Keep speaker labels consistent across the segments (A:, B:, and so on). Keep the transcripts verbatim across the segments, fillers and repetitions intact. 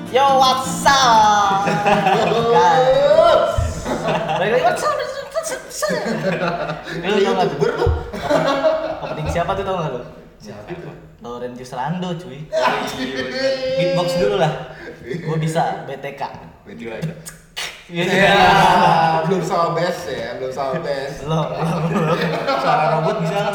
A: Yo, what's up? Balik lagi, what's up? Lu tau gak tuh? Opening siapa tuh tau gak lu?
B: Siapa itu?
A: Laurentius Rando cuy. Beatbox dulu lah. Gue bisa B T K.
B: Video aja.
A: Iya.
C: Yeah, belum sama best ya, belum sama best.
A: Belum, belum.
B: Suara robot bisa kan?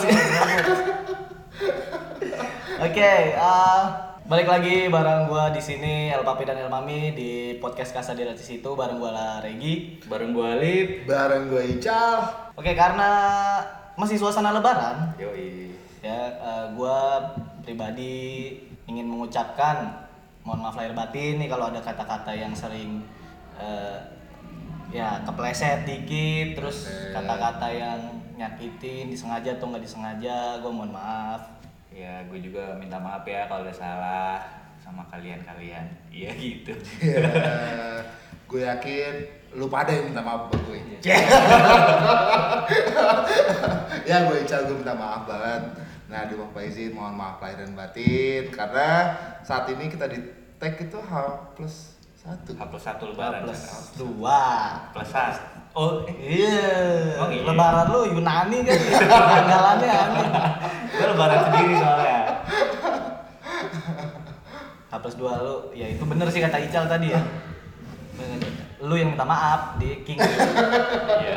A: Oke, uh, balik lagi bareng gua di sini El Papi dan El Mami di podcast Kasa di Racis itu bareng gua lah Regi,
B: Bareng gua Alip.
C: Bareng gue Ical.
A: Oke, karena masih suasana Lebaran,
B: Yoi.
A: ya uh, gua pribadi ingin mengucapkan mohon maaf lahir batin nih kalau ada kata-kata yang sering uh, ya kepleset dikit, terus kata-kata yang nyakitin disengaja atau nggak disengaja, gua mohon maaf.
B: Ya, gue juga minta maaf ya kalau ada salah sama kalian-kalian. Iya gitu.
C: Ya, gue yakin lu pada yang minta maaf ke gue. Ya gue Ical, gue minta maaf banget. Nah di Pak izin mohon maaf lahir dan batin karena saat ini kita di tag itu H plus satu.
B: H plus satu lebaran.
A: Plus
B: kan?
A: dua.
B: Plus satu. Oh,
A: Iya.
B: Oh, iya.
A: Lebaran lu Yunani kan? Tanggalannya aneh.
B: gue lebaran sendiri soalnya.
A: H plus dua lu, ya itu bener sih kata Ical tadi ya. Bener. Lu yang minta maaf di King.
B: Iya.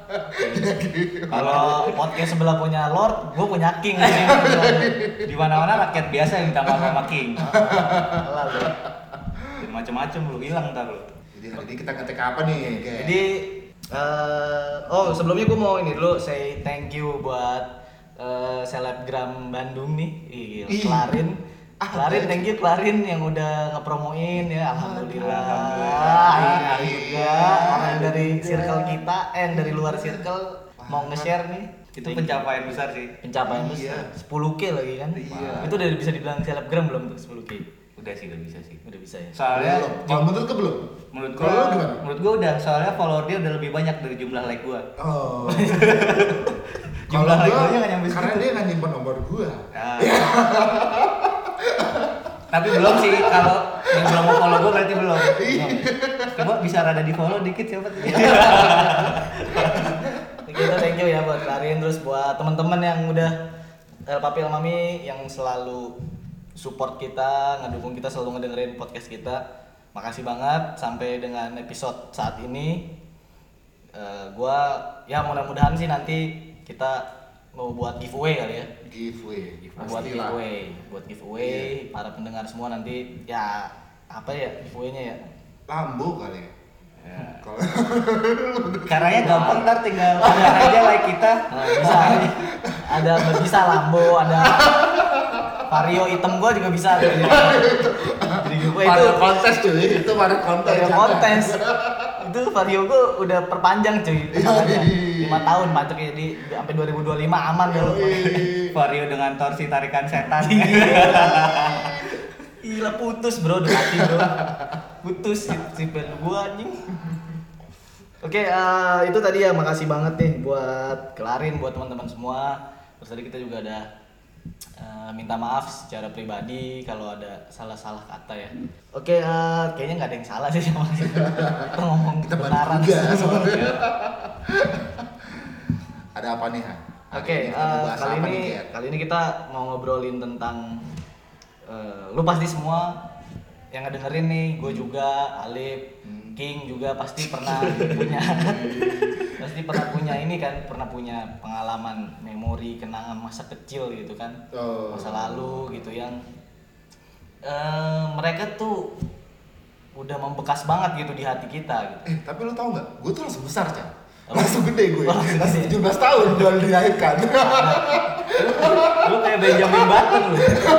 A: Kalau podcast sebelah punya Lord, gua punya King.
B: Di mana-mana rakyat biasa yang minta maaf sama King.
A: Lalu.
B: Dan macam-macam lu hilang ntar lu.
C: Jadi hari ini kita ngetek apa nih? Kayak?
A: Jadi uh, oh sebelumnya gua mau ini dulu say thank you buat uh, selebgram Bandung nih. Ih,
C: Ih.
A: Klarin.
C: Ah,
A: Klarin,
C: betul.
A: thank you Klarin yang udah ngepromoin ya, alhamdulillah.
B: Alhamdulillah.
A: Akhirnya juga orang dari circle kita, eh yang dari luar circle mau nge-share nih.
B: Itu pencapaian besar sih.
A: Pencapaian
C: Iya.
A: besar, sepuluh K lagi kan?
C: Iya.
A: Itu udah bisa dibilang selebgram belum tuh sepuluh K?
B: Udah sih, udah bisa sih.
A: Udah bisa ya?
B: Soalnya
C: Belum. Kalau menurut ke belum?
B: menurut
C: Kalau
B: gua
C: lu gimana?
B: menurut gua udah, soalnya follower dia udah lebih banyak dari jumlah like gua.
C: Oh.
B: Jumlah
C: Kalau
B: like
C: gua,
B: gua nya nggak nyampe
C: karena
B: segitu.
C: dia nggak nyimpan nomor gua.
B: Nah. Tapi belum sih, kalau yang belum mau follow gua berarti belum. Belum. Coba bisa rada di follow dikit siapa tuh.
A: Kita thank you ya buat Klarin, terus buat teman-teman yang udah El Papi El Mami yang selalu support kita, ngedukung kita, selalu ngedengerin podcast kita. Makasih banget sampai dengan episode saat ini. Uh, gua ya mudah-mudahan sih nanti kita mau buat giveaway kali ya.
C: Giveaway.
A: Mau buat
C: Pastilah.
A: giveaway, buat giveaway
C: Iya.
A: para pendengar semua nanti ya apa ya giveaway-nya ya?
C: Lambo kali ya.
B: Ya.
C: Kalau
B: Caranya gampang, ntar tinggal komen aja like kita.
A: Nah, bisa ada bisa Lambo, ada Vario hitam gua juga bisa tuh. Jadi giveaway itu
C: pada kontes cuy, itu pada kontes.
A: Vario
C: jangan.
A: kontes. Itu Vario gua udah perpanjang cuy. Makanya lima tahun pajaknya di sampai dua ribu dua puluh lima aman dah lu.
C: Yoi.
B: Vario dengan torsi tarikan setan.
A: Gila putus bro, udah mati bro. Putus si, si pen gua anjing. Oke, eh, itu tadi ya, makasih banget nih buat Klarin, buat teman-teman semua. Terus tadi kita juga ada eh, minta maaf secara pribadi kalau ada salah-salah kata ya. Oke, eh, kayaknya nggak ada yang salah sih sama kita. Kita ngomong
C: Kita
A: kebenaran
C: bantu juga
A: semua.
C: sebenarnya. Ada apa nih, Han? Hari
A: Oke,
C: ini kita
A: eh,
C: mau bahas
A: kali
C: apa
A: ini
C: nih, Ger?
A: kali ini kita mau ngobrolin tentang eh, lu pasti semua yang ngedengerin nih, gue juga, Alip,
C: Hmm.
A: King juga pasti pernah punya pasti pernah punya ini kan, pernah punya pengalaman, memori, kenangan masa kecil gitu kan,
C: Oh.
A: masa lalu gitu yang eh, mereka tuh udah membekas banget gitu di hati kita gitu.
C: Eh, tapi lu tau nggak? Gue tuh langsung besar, Cang.
A: Apa?
C: Langsung gede gue.
A: Oh, langsung
C: Langsung
A: gede.
C: tujuh belas tahun gue dilahirkan.
A: Lu kayak Benjamin Button lu.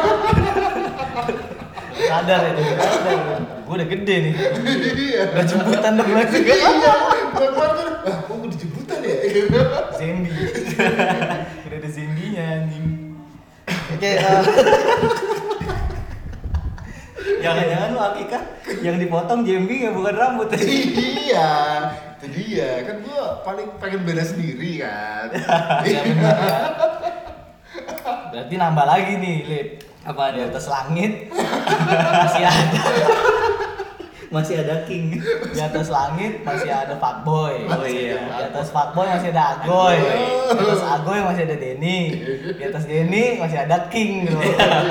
A: Sadar ya, sadar. Gue udah gede nih.
C: Iya.
A: Udah jemputan dong lagi.
C: Iya. Gue kan, ah, kok gue dijemputan ya?
A: Zendi. Udah ada Zendinya anjing. Oke, eh,
B: Jangan-jangan lu akikah yang dipotong jembing ya, bukan rambut.
C: Iya, itu dia. Kan gue paling pengen beda sendiri kan.
A: iya benar ya. Berarti nambah lagi nih, Lip.
B: Apa
A: Di
B: ada?
A: atas langit masih ada.
B: Masih ada king.
A: Di atas langit masih ada fuckboy.
B: Oh iya.
A: Di atas fuckboy masih ada agoy. Di atas agoy masih ada Denny. Di atas Denny masih ada king gitu.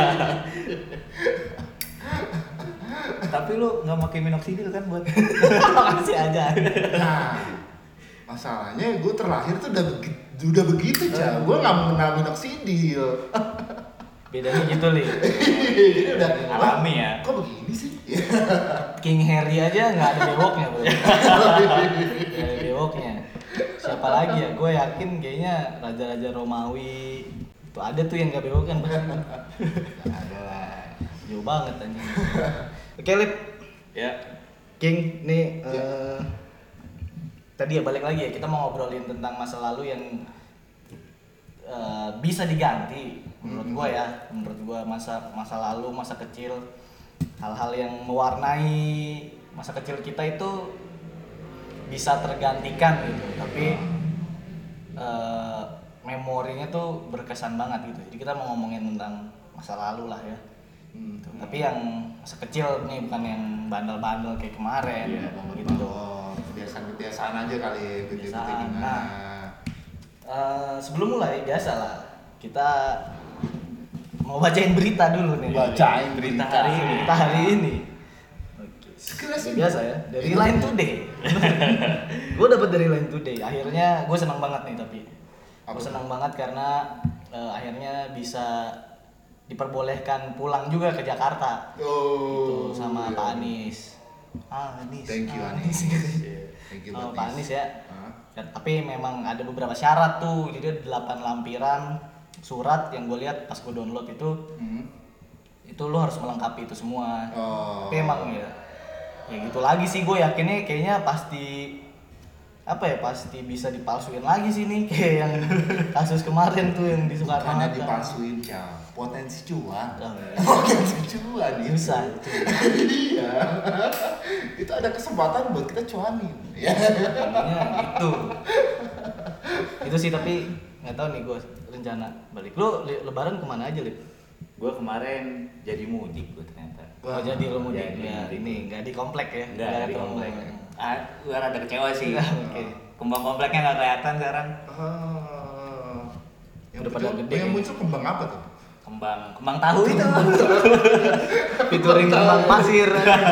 B: Tapi lu nggak pakai minoxidil kan buat?
A: Masih aja.
C: Nah, masalahnya gue terlahir tuh udah begitu, udah begitu Ca. Gue nggak mengenal minoxidil.
A: Bedanya gitu li.
C: Ini udah
B: Alami ya.
C: Kok begini sih?
A: King Harry aja nggak ada bewoknya bro. Nggak ada bewoknya. Siapa lagi ya? Gue yakin kayaknya raja-raja Romawi itu ada tuh yang nggak bewok kan pasti.
C: Ada lah.
A: Jauh banget anjing. Oke Lip,
B: Ya.
A: King nih
C: Ya.
A: eh, tadi ya balik lagi ya kita mau ngobrolin tentang masa lalu yang eh, bisa diganti menurut gua ya, menurut gua masa masa lalu, masa kecil, hal-hal yang mewarnai masa kecil kita itu bisa tergantikan gitu, tapi eh, memorinya tuh berkesan banget gitu. Jadi kita mau ngomongin tentang masa lalu lah ya.
C: Hmm.
A: Tapi yang masa kecil nih, bukan yang bandel-bandel kayak kemarin.
C: Iya,
A: gitu.
C: oh, kebiasaan-kebiasaan aja kali, begitu
A: Kebiasaan.
C: gimana.
A: Nah. Uh, sebelum mulai biasa lah kita mau bacain berita dulu nih.
C: Bacain
B: Berita
C: berita.
B: hari ini.
A: Berita hari ini. Oke.
C: Sekilas
A: Seperti
C: ini.
A: biasa ya dari Line Today. Gue dapet dari Line Today. Akhirnya gue senang banget nih tapi.
C: Apa
A: Gue
C: tuh?
A: senang banget karena uh, akhirnya bisa diperbolehkan pulang juga ke Jakarta.
C: Oh,
A: Itu sama
C: iya.
A: Pak Anies. Ah, Anies.
C: Thank you,
A: Anies.
C: Thank you,
A: Sama
C: buat
A: Pak
C: Nis.
A: Anies ya.
C: Hah?
A: Dan, tapi memang ada beberapa syarat tuh. Jadi ada delapan lampiran surat yang gue lihat pas gue download itu,
C: Hmm.
A: itu lo harus melengkapi itu semua.
C: Oh.
A: Tapi emang ya, ya gitu lagi sih, gue yakinnya kayaknya pasti apa ya, pasti bisa dipalsuin lagi sih nih kayak yang kasus kemarin tuh yang di Soekarno
C: Karena
A: Hatta.
C: dipalsuin, Ca. Potensi cuan.
A: Oh, iya.
C: Potensi cuan itu.
A: Susah.
C: Iya. Itu ada kesempatan buat kita cuanin. Ya.
A: Makanya gitu. Itu sih, tapi nggak tahu nih gue rencana balik. Lu li- lebaran kemana aja, Lip?
B: Gue kemarin jadi mudik gue ternyata.
A: Oh, jadi lu mudik
B: Jadi
A: ya,
B: mudik.
A: ini nggak di komplek ya?
B: Enggak di
A: ketemu.
B: komplek. Ah, gue rada kecewa sih.
A: Oke.
B: Kembang kompleknya nggak kelihatan sekarang.
C: Ah. Yang
A: Udah pada
C: muncul,
A: gede
C: yang
A: kayaknya.
C: muncul kembang apa tuh?
B: Kembang kembang tahu itu.
A: Featuring kembang pasir.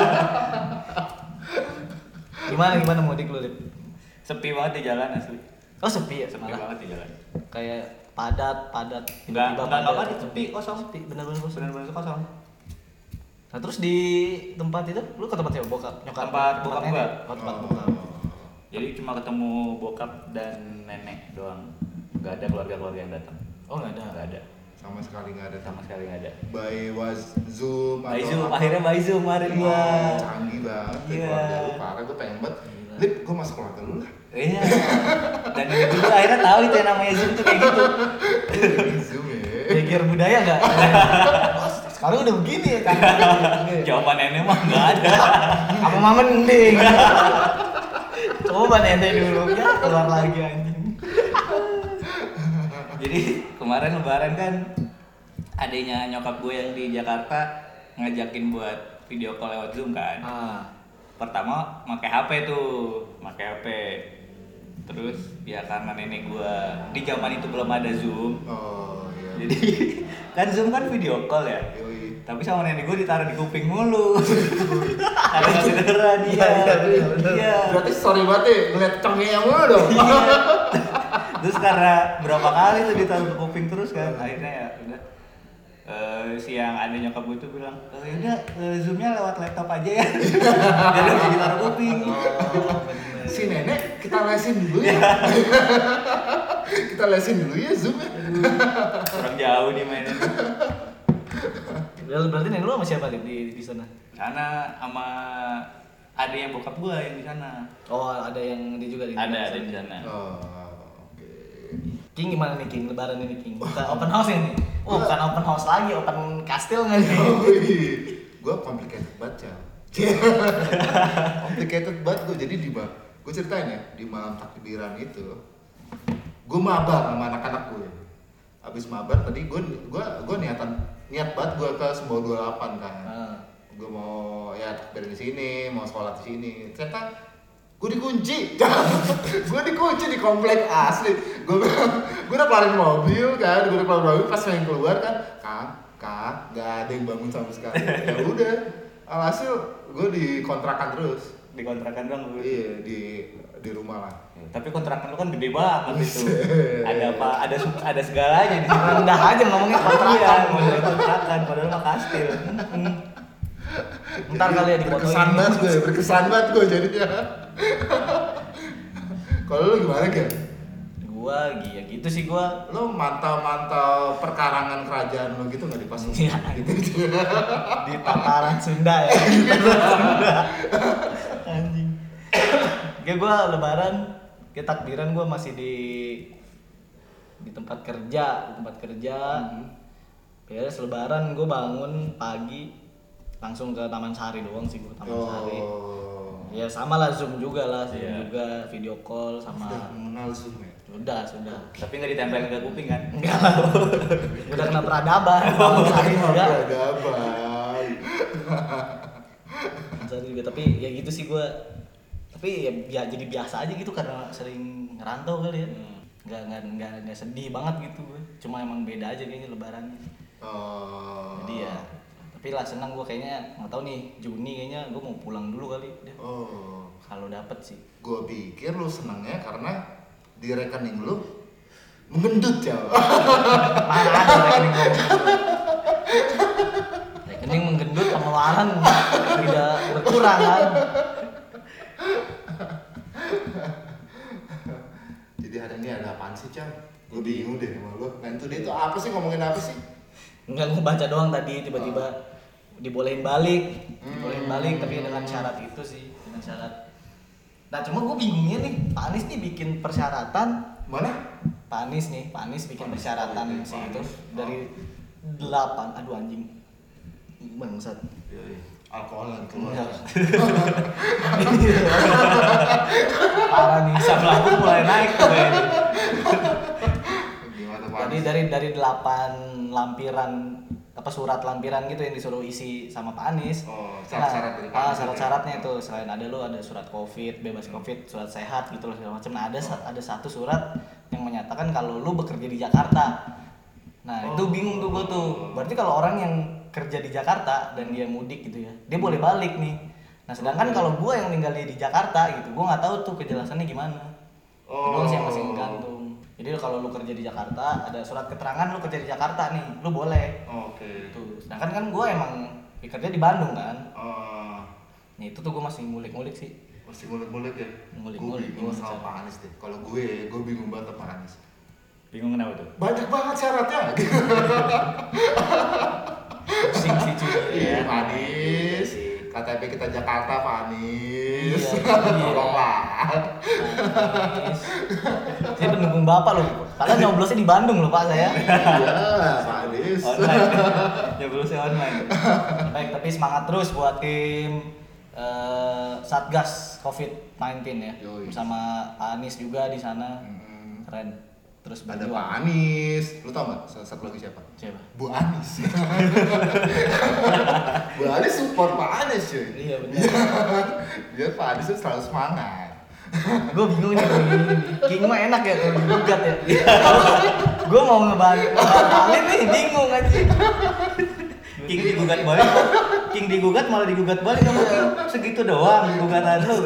A: Gimana gimana mudik lu, Lip?
B: Sepi banget di jalan asli.
A: Oh, sepi ya,
B: Sepi
A: malah.
B: banget di jalan.
A: Kayak padat, padat.
B: Enggak,
A: tiba-tiba
B: enggak, enggak
A: padat.
B: padat, sepi, kosong.
A: Sepi, benar-benar kosong.
B: Benar-benar kosong.
A: Nah, terus di tempat itu, lu ke tempat siapa? Bokap, nyokap?
B: Tempat bokap
A: nenek?
B: gua.
A: Oh, tempat
C: Oh.
A: bokap.
B: Jadi cuma ketemu bokap dan nenek doang. Enggak ada keluarga-keluarga yang datang.
A: Oh, nggak ada.
B: Enggak ada.
C: Sama sekali nggak ada.
B: Sama sekali enggak ada.
C: By was Zoom
B: By
C: atau
B: Zoom,
C: apa.
B: akhirnya by Zoom kemarin gua.
C: Wah, canggih banget.
B: Iya.
C: Iya. Keluarga lu parah, gue pengen banget.
A: Gila.
C: Lip, gue masuk keluarga lu lah.
B: Iya. Dan ini juga akhirnya tahu itu yang namanya Zoom tuh kayak gitu.
C: Zoom ya.
A: Belajar budaya nggak? Oh, sekarang udah begini ya kan?
B: Jawaban nenek mah enggak ada.
A: Kamu mah mending. Coba nenek dulu, ya keluar lagi anjing.
B: Jadi kemarin lebaran kan adanya nyokap gue yang di Jakarta ngajakin buat video call lewat Zoom kan.
A: Ah,
B: Pertama pakai H P tuh, pakai H P. Terus ya karena nenek gue di zaman itu belum ada Zoom.
C: Oh iya.
B: Jadi kan Zoom kan video call ya.
C: Yoi.
B: Tapi sama nenek gue ditaruh di kuping mulu. Ada nggak kedengeran
A: Iya,
B: iya.
A: iya, iya, bener.
B: Iya.
C: Berarti sorry banget ya, ngeliat cengeng mulu dong.
B: Terus karena berapa kali tuh ditaruh ke kuping terus kan, akhirnya ya udah. Eh, siang ada nyokap gue tuh bilang, e, udah eh, zoomnya lewat laptop aja ya. Biar bisa ditaruh kuping.
A: oh, bener.
C: Si nenek kita lesin dulu ya. Kita lesin dulu ya Zoom ya.
B: Kurang jauh nih mainnya.
A: Ya, berarti nenek lu sama siapa Lip, di di sana?
B: Karena sama ada yang bokap gue yang di sana.
A: Oh, ada yang di juga di
B: Ada ada di sana.
C: Oh, oke.
A: King gimana nih King, lebaran ini King? Buka open house ini? Oh, bukan open house lagi, open kastil nggak nih?
C: Oh, iya. Gue complicated banget, Cal. Complicated banget gue. Jadi di ma- gue ceritain ya, di malam takbiran itu gue mabar sama anak-anak gue. Abis mabar tadi gue gue gue niatan niat banget gue ke Sembau dua puluh delapan kan.
A: Ah.
C: gue mau ya takbiran di sini, mau sholat di sini. Ternyata gue dikunci, gue dikunci di komplek asli. Gue gue udah keluarin mobil kan, gue udah keluarin mobil pas pengen keluar kan, kak, kak, nggak ada yang bangun sama sekali. Ya udah, alhasil gue dikontrakan terus.
B: Dikontrakan dong gue.
C: Iya di di rumah lah.
B: Tapi kontrakan lu kan gede banget itu. Ada apa? Ada ada segalanya di situ.
A: Rendah aja ngomongnya kontrakan.
B: Iya, ngomongin kontrakan padahal mah kastil.
A: Ntar kali ya dipotoin.
C: Berkesan banget gue, berkesan banget gue jadinya. Kalau lu gimana kan?
A: Gua ya gitu sih gua.
C: Lo mantau-mantau perkarangan kerajaan lo gitu nggak di pas
A: Iya.
C: gitu?
A: Di tataran Sunda ya. Di tataran Sunda. Anjing. Kayak gua lebaran, kayak takbiran gua masih di di tempat kerja, di tempat kerja.
C: Hmm.
A: Beres lebaran gua bangun pagi langsung ke Taman Sari doang sih gua, Taman Sari.
C: Oh.
A: Ya sama lah Zoom juga lah, Zoom
B: Iya.
A: juga video call sama.
C: Sudah mengenal Zoom ya?
A: Sudah, sudah.
B: Tapi nggak ditempelin ke kuping kan?
A: Enggak lah. Udah kena peradaban. Taman Sari juga.
C: Ada abang.
A: Taman Sari juga, tapi ya gitu sih gua. Tapi ya, ya jadi biasa aja gitu karena sering ngerantau kali ya.
B: Hmm.
A: Nggak, nggak, nggak, nggak sedih banget gitu gue. Cuma emang beda aja kayaknya lebarannya.
C: Oh.
A: Jadi ya, tapi lah senang gue kayaknya, nggak tahu nih Juni kayaknya gue mau pulang dulu kali deh.
C: Oh.
A: Kalau dapet sih.
C: Gue pikir lu senangnya karena di rekening lu menggendut ya.
A: Mana ada rekening gue rekening menggendut pengeluaran tidak berkurang kan.
C: Jadi hari ini ada apaan sih, Cang? Gue bingung deh sama lu. Main today itu apa sih? Ngomongin apa sih?
A: Enggak, gue baca doang tadi tiba-tiba dibolehin balik, dibolehin
C: Hmm.
A: balik tapi dengan syarat itu sih, dengan syarat. Nah cuma gue bingungnya nih, Pak Anies nih bikin persyaratan,
C: Mana?
A: Pak Anies nih, Pak Anies bikin
C: Pak Anies,
A: persyaratan
C: oh, iya,
A: sih
C: Pak
A: itu
C: Anies.
A: dari delapan, aduh anjing, bangsat.
C: Alkoholan keluar.
A: Enggak. Parah nih,
B: Asam lambung mulai naik tuh kayaknya.
C: Gimana Pak?
A: Jadi dari dari delapan lampiran apa surat lampiran gitu yang disuruh isi sama Pak Anies.
C: Oh, syarat-syarat dari Pak
A: ah,
C: Anies
A: syarat-syaratnya
C: itu
A: itu selain ada lo ada surat Covid, bebas Covid, surat sehat gitu loh segala macam. Nah, ada sa- ada satu surat yang menyatakan kalau lu bekerja di Jakarta. Nah, itu
C: Oh.
A: bingung tuh gua tuh. Berarti kalau orang yang kerja di Jakarta dan dia mudik gitu ya, dia boleh balik nih. Nah, sedangkan kalau gua yang tinggalnya di Jakarta gitu, gua nggak tahu tuh kejelasannya gimana. Itu doang sih yang masih ngegantung. Jadi kalau lu kerja di Jakarta, ada surat keterangan lu kerja di Jakarta nih, lu boleh.
C: Oke.
A: Gitu. Sedangkan kan gue emang kerja di Bandung kan.
C: Oh,
A: Nah itu tuh gue masih ngulik-ngulik sih.
C: masih ngulik-ngulik ya?
A: Ngulik-ngulik,
C: Gue bingung
A: iya,
C: sama
A: secara-
C: Pak Anies deh. Kalau gue, gue bingung banget sama Pak Anies.
B: Bingung kenapa tuh?
C: Banyak banget syaratnya.
A: Pusing sih cuy.
C: Iya, Pak
B: Iya
C: Anies.
B: sih.
C: K T P kita Jakarta, Pak Anies.
A: Iya, iya.
C: Tolonglah.
A: Anies. Saya pendukung bapak loh. Padahal nyoblosnya di Bandung loh pak saya.
C: Iya, Pak Anies.
B: Online. Nyoblos online.
A: Baik, tapi semangat terus buat tim eh, Satgas covid sembilan belas ya.
C: Yoi.
A: Bersama Pak Anies juga di sana.
C: Hmm.
A: Keren. Terus
C: Ada
A: berjuang.
C: Pak Anies. Lu tau nggak? Salah satu lagi siapa?
A: Siapa?
C: Bu Anies. Bu Anies support Pak Anies cuy.
A: Iya benar.
C: Biar Pak Anies tuh selalu semangat.
A: Gue bingung nih kalau gini. King mah enak ya kalau digugat ya. Gue mau ngebalik ngebalin nih bingung aja.
B: King digugat balik, King digugat malah digugat balik kamu segitu doang gugatan lu.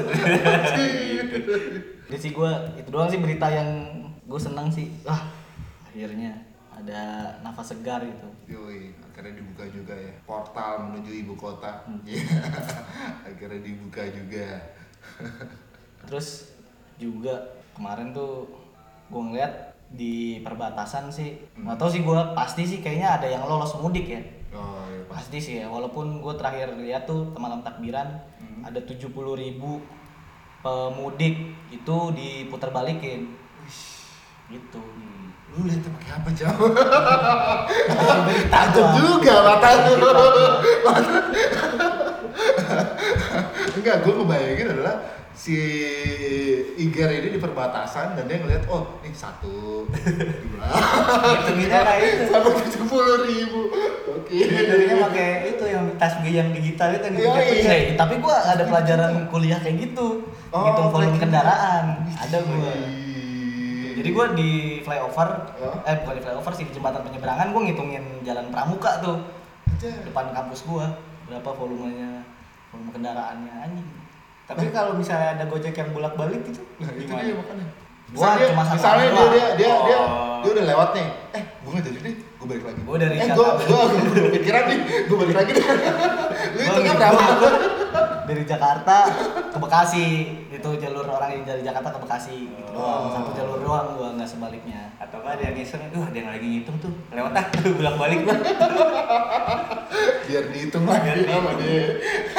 A: Jadi sih gue itu doang sih berita yang gue seneng sih. Ah akhirnya ada nafas segar gitu.
C: Yoi, akhirnya dibuka juga ya. Portal menuju ibu kota. Iya. Akhirnya dibuka juga.
A: Terus juga kemarin tuh gue ngeliat di perbatasan sih, nggak tahu sih gue pasti sih kayaknya ada yang lolos mudik ya.
C: Oh iya pas.
A: Pasti sih ya, walaupun gue terakhir lihat tuh malam takbiran
C: Hmm.
A: ada tujuh puluh ribu pemudik itu diputar balikin gitu.
C: Lu lihat pakai apa jauh?
A: Berita
C: Tajam
A: doang.
C: juga mata lu. Enggak, gue ngebayangin adalah si Iger ini di perbatasan dan dia ngeliat, oh nih satu, dua,
B: Hitungnya kayak itu.
C: sampai tujuh puluh ribu. Oke.
B: Hitungnya pakai itu yang tasbih yang digital itu yang
C: Iya,
B: dipencet-pencet.
A: Eh, tapi gua ada pelajaran kuliah kayak gitu.
C: Oh,
A: Ngitung volume
C: kayak gitu.
A: kendaraan. Ada gua.
C: Wih.
A: Jadi gua di flyover,
C: Oh.
A: eh bukan di flyover sih, di jembatan penyeberangan gua ngitungin jalan Pramuka tuh.
C: Aja.
A: Depan kampus gua. Berapa volumenya, volume kendaraannya anjing.
B: Tapi kalau misalnya ada Gojek yang bolak-balik gitu,
C: Nah itu
B: gimana?
C: dia makanya.
A: Gua
C: Misalnya,
A: cuma satu
C: misalnya
A: arah
C: dia,
A: doang.
C: dia, dia, dia,
B: Oh.
C: dia udah lewat nih. Eh, gue nggak jadi deh, gue balik lagi.
A: Gua dari
C: eh, gue,
A: Jakarta.
C: gue, gue berpikiran nih, gue balik lagi deh. Lu
A: Gua
C: hitungnya
A: ngikut-
C: berapa?
A: gua dari Jakarta ke Bekasi, itu jalur orang yang dari Jakarta ke Bekasi gitu doang.
C: Oh.
A: Satu jalur doang gua, nggak sebaliknya.
B: Atau kan ada yang iseng, duh ada yang lagi ngitung tuh, lewat ah, bolak-balik gua.
C: Biar dihitung lagi
B: Biar
C: sama
B: dihitung.
C: dia.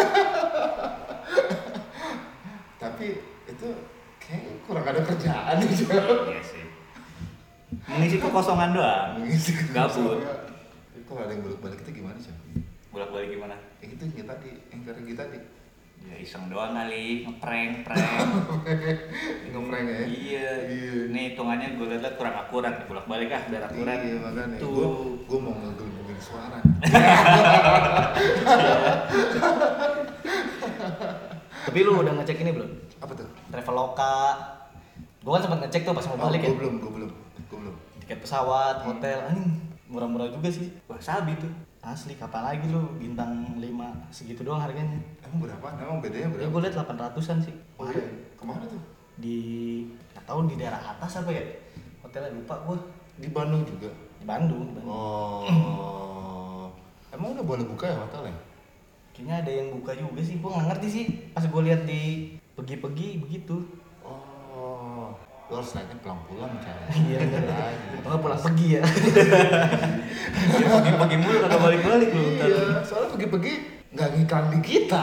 C: Tapi itu kayak kurang ada kerjaan nih.
B: Iya sih. Mengisi kekosongan doang.
C: Mengisi
B: Gabut.
C: Itu ada yang balik-balik itu gimana sih?
B: Bolak-balik gimana?
C: Yang itu kita tadi, yang karena kita tadi.
B: Ya iseng doang kali, ngeprank, prank.
C: Ngeprank ya?
B: Iya.
C: Iya.
B: Ini hitungannya gue lihat kurang akurat, bolak-balik ah biar akurat.
C: Iya makanya.
B: Tuh.
C: Gue gue mau ngegelembungin suara.
A: Tapi lu udah ngecek ini belum?
C: Apa tuh?
A: Traveloka. Gua kan sempat ngecek tuh pas mau balik ya.
C: Gue belum, gue belum, gue belum.
A: Tiket pesawat, hotel, anjing murah-murah juga sih.
B: Wah sabi tuh.
A: Asli, kapan lagi lu bintang lima segitu doang harganya.
C: Emang berapa? Emang bedanya
A: Ya
C: berapa?
A: gua liat delapan ratusan sih.
C: Oh iya, kemana tuh?
A: Di nggak tahu di daerah atas apa ya? Hotelnya lupa gua.
C: Di Bandung juga.
A: Di Bandung, di Bandung.
C: Oh. Emang udah boleh buka ya hotelnya?
A: Kayaknya ada yang buka juga sih. Gua nggak ngerti sih. Pas gua lihat di pergi-pergi begitu.
C: Oh. Lu harus naiknya pulang-pulang cara.
A: Iya, atau nggak pulang pergi ya.
B: Ya pagi-pagi mulu kagak balik-balik lu. ntar.
C: Iya, soalnya pergi-pergi nggak ngiklan di kita.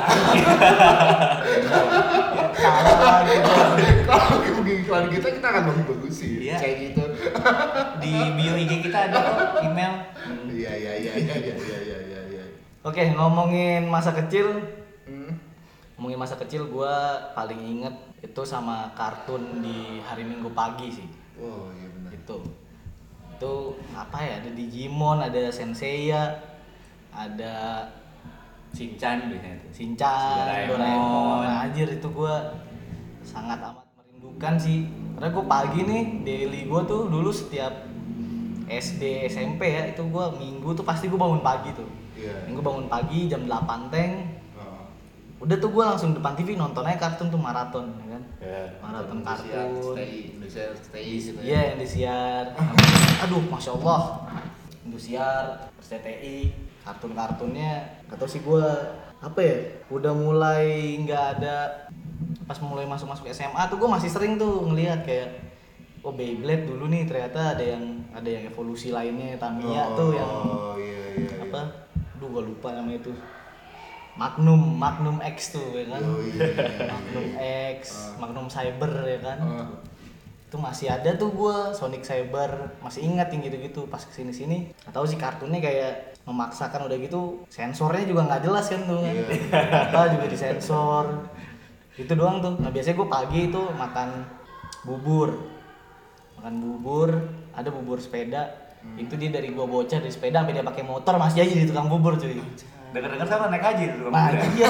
A: Salah gitu.
C: Kalau pergi ngiklan di kita, kita akan bagus-bagusin.
B: Iya.
C: Kayak gitu.
B: Di bio I G kita ada kok email.
C: Iya, iya, iya, iya, iya, iya, iya, iya, iya.
A: Oke, ngomongin masa kecil.
C: Hmm.
A: Ngomongin masa kecil, gua paling inget itu sama kartun di hari Minggu pagi sih.
C: Oh, iya benar.
A: Itu, itu apa ya? Ada Digimon, ada Senseiya, ada
B: Shinchan biasanya tuh.
A: Shinchan,
B: Doraemon.
A: Doraemon. Nah, anjir itu gua sangat amat merindukan sih. Karena gua pagi nih, daily gua tuh dulu setiap S D, S M P ya, itu gua minggu tuh pasti gua bangun pagi tuh.
C: Iya.
A: Minggu bangun pagi jam delapan teng.
C: Oh.
A: Udah tuh gua langsung depan T V nonton aja kartun tuh maraton ya kan.
B: Ya.
A: Maraton
C: Indonesia,
A: kartun.
C: stay, Indonesia stay gitu ya.
A: Iya, Indosiar. Aduh, masya Allah. Indosiar, R C T I, kartun-kartunnya. Atau sih gue apa ya? Udah mulai nggak ada. Pas mulai masuk-masuk S M A tuh gue masih sering tuh ngelihat kayak, oh Beyblade dulu nih ternyata ada yang ada yang evolusi lainnya, Tamiya tuh yang
C: Oh, iya, iya, iya.
A: apa? Aduh, gue lupa namanya itu. Magnum, Magnum X tuh ya kan.
C: Oh, iya, iya, iya.
A: Magnum X,
C: Ah.
A: Magnum Cyber ya kan.
C: Ah.
A: Itu masih ada tuh gua, Sonic Cyber, masih ingat yang gitu-gitu. Pas kesini sini nggak tahu sih kartunnya kayak memaksakan udah gitu, sensornya juga nggak jelas kan tuh kan.
C: Iya.
A: Apa juga disensor. Itu doang tuh. Nah biasanya gua pagi itu makan bubur, makan bubur, ada bubur sepeda.
C: Hmm.
A: Itu dia dari gua bocah dari sepeda sampai dia pakai motor masih aja di tukang bubur cuy.
B: Dengar-dengar sama naik haji tuh.
A: Nah iya.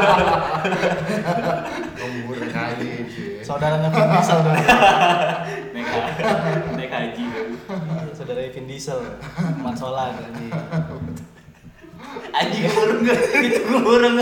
C: Ngembur kali sih.
A: Saudaranya Vin Diesel tuh.
B: Naik ha- naik haji tuh.
A: Saudara Vin Diesel, Man Solar anjing.
B: Haji kurang enggak gitu kurang.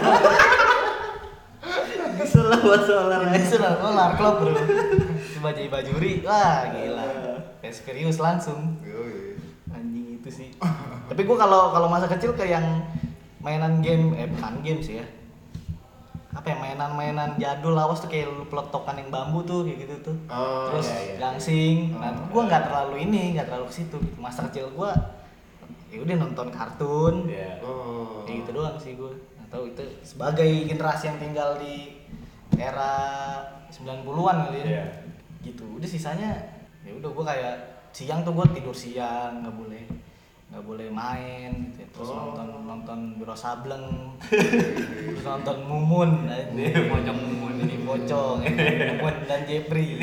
A: Diesel lah buat solar Diesel lah, solar klub bro. Coba jadi bajuri, wah gila. Fast Furious langsung.
C: Yoi.
A: Anjing itu sih. Tapi gua kalau kalau masa kecil kayak yang mainan game, eh bukan game sih ya. Apa ya, mainan-mainan jadul lawas tuh kayak lu peletokan yang bambu tuh kayak gitu tuh.
C: Oh,
A: Terus
C: iya, iya.
A: gangsing. Nah,
C: Oh,
A: gua
C: iya.
A: nggak terlalu ini, nggak terlalu ke situ. Masa kecil gua ya udah nonton kartun.
B: Iya.
C: Oh.
A: Kayak gitu doang sih gue. Nggak tahu itu sebagai generasi yang tinggal di era sembilan puluhan kali ya.
B: Iya.
A: Gitu. Udah sisanya ya udah gue kayak siang tuh gue tidur siang, nggak boleh nggak boleh main gitu ya. Terus
C: Oh.
A: nonton nonton Biro Sableng, terus nonton Mumun,
B: Dia pocong mumun
A: ini pocong, Mumun dan Jepri.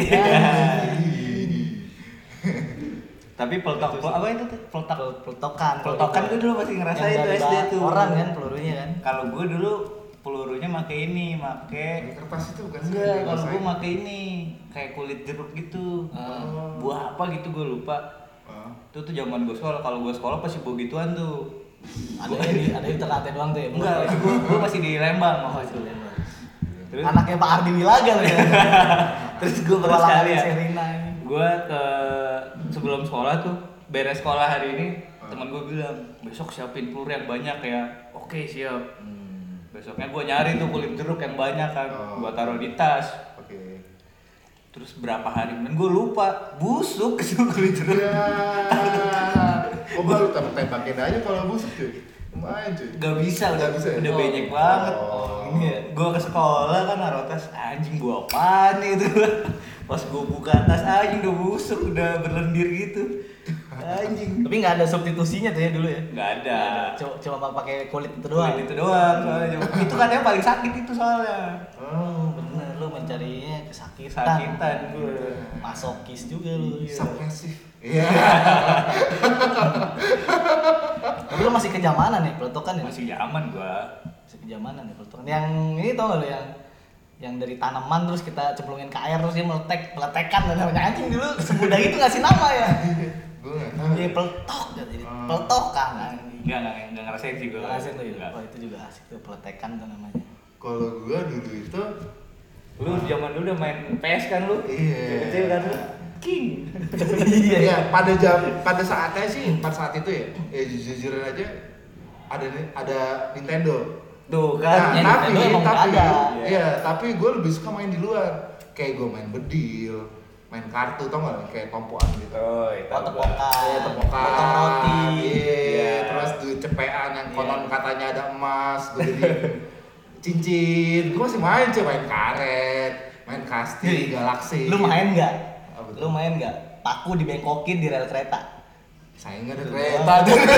B: Tapi peletok apa itu tuh? Peletok
A: Pel- Peletokan,
B: Peletokan gue dulu masih ngerasain
A: Yang
B: tuh
A: dari
B: S D
A: ba-
B: tuh.
A: Orang kan pelurunya kan.
B: Kalau gue dulu pelurunya make ini, make
C: Ini kertas itu bukan sih?
B: enggak, kalau
C: Dirasain.
B: gue make ini kayak kulit jeruk gitu.
A: Ah.
B: Buah apa gitu gue lupa.
C: Ah.
B: Itu tuh zaman gue sekolah, kalau gue sekolah pasti bawa gituan tuh.
A: Ada yang di ada di Ternate doang tuh ya.
B: Enggak, gue gue masih di Lembang
A: Oh,
B: waktu
A: itu
B: itu.
A: Lembang.
B: Terus
A: Anaknya Pak Ardi Wilaga loh ya.
B: terus gue pernah
A: Petualangan
B: sekali ya.
A: Serina ini.
B: Gue ke sebelum sekolah tuh beres sekolah hari ini,
C: Ah.
B: teman gue bilang besok siapin peluru yang banyak ya. Oke siap.
C: Hmm.
B: Besoknya gue nyari tuh kulit jeruk yang banyak kan,
C: Oh.
B: gue taruh di tas.
C: Oke.
B: Terus berapa hari kemudian gue lupa, busuk itu kulit jeruk.
C: Ya. Oh, baru tem- tembakin aja kalau busuk cuy. Lumayan cuy.
B: Gak bisa, udah
C: Nggak bisa ya?
B: udah
C: Oh.
B: banyak banget.
C: Oh.
B: Ini ya, gue ke sekolah kan naruh tas, anjing gua apaan itu. Pas gue buka tas anjing udah busuk, udah berlendir gitu. Anjing.
A: Tapi nggak ada substitusinya tuh ya dulu ya.
B: Nggak ada.
A: Cuma cuma pakai kulit itu doang.
B: Kulit itu doang soalnya. Itu kan yang paling sakit itu soalnya.
A: Oh, bener lu mencarinya kesakitan.
B: Sakitan gue.
A: Masokis juga lu.
C: Subversif. Iya.
A: Tapi lu masih kejamanan nih peletokan ya?
B: Masih zaman gua.
A: Masih kejamanan nih peletokan. Yang ini tau gak lu yang yang dari tanaman terus kita cemplungin ke air terus dia meletek, peletekan dan namanya anjing dulu semudah itu ngasih nama ya.
C: Gue nggak tahu.
A: Jadi peletok jadi
C: Hmm.
A: peletokan kan.
B: Enggak, enggak, enggak ngerasain sih gua.
A: Ngerasain tuh ya.
B: Enggak.
A: Oh, itu juga asik tuh peletekan tuh namanya.
C: Kalau gue dulu itu
B: Lu zaman dulu udah main P S kan lu?
C: Iya.
B: Kecil kan lu? King.
A: Iya.
C: ya pada jam pada saatnya sih pada saat itu ya ya jujur aja ada nih ada Nintendo.
B: Tuh
C: Nah,
B: kan.
A: ya,
C: tapi
A: Nintendo emang
C: tapi
A: ada.
C: ya tapi gue lebih suka main di luar kayak gue main bedil main kartu tau gak kayak tompokan gitu.
B: Oh, itu.
A: Oh, tepokan.
C: Iya, tepokan,
A: Potong roti.
C: iya,
B: Iya.
C: terus duit cepean yang
B: Iya.
C: konon katanya ada emas, gue jadi cincin, gue masih main cuy, main karet, main kasti, galaksi.
A: Lu main nggak?
C: Apa tuh?
A: Lu main nggak? Paku dibengkokin di rel kereta.
C: Saya nggak ada kereta.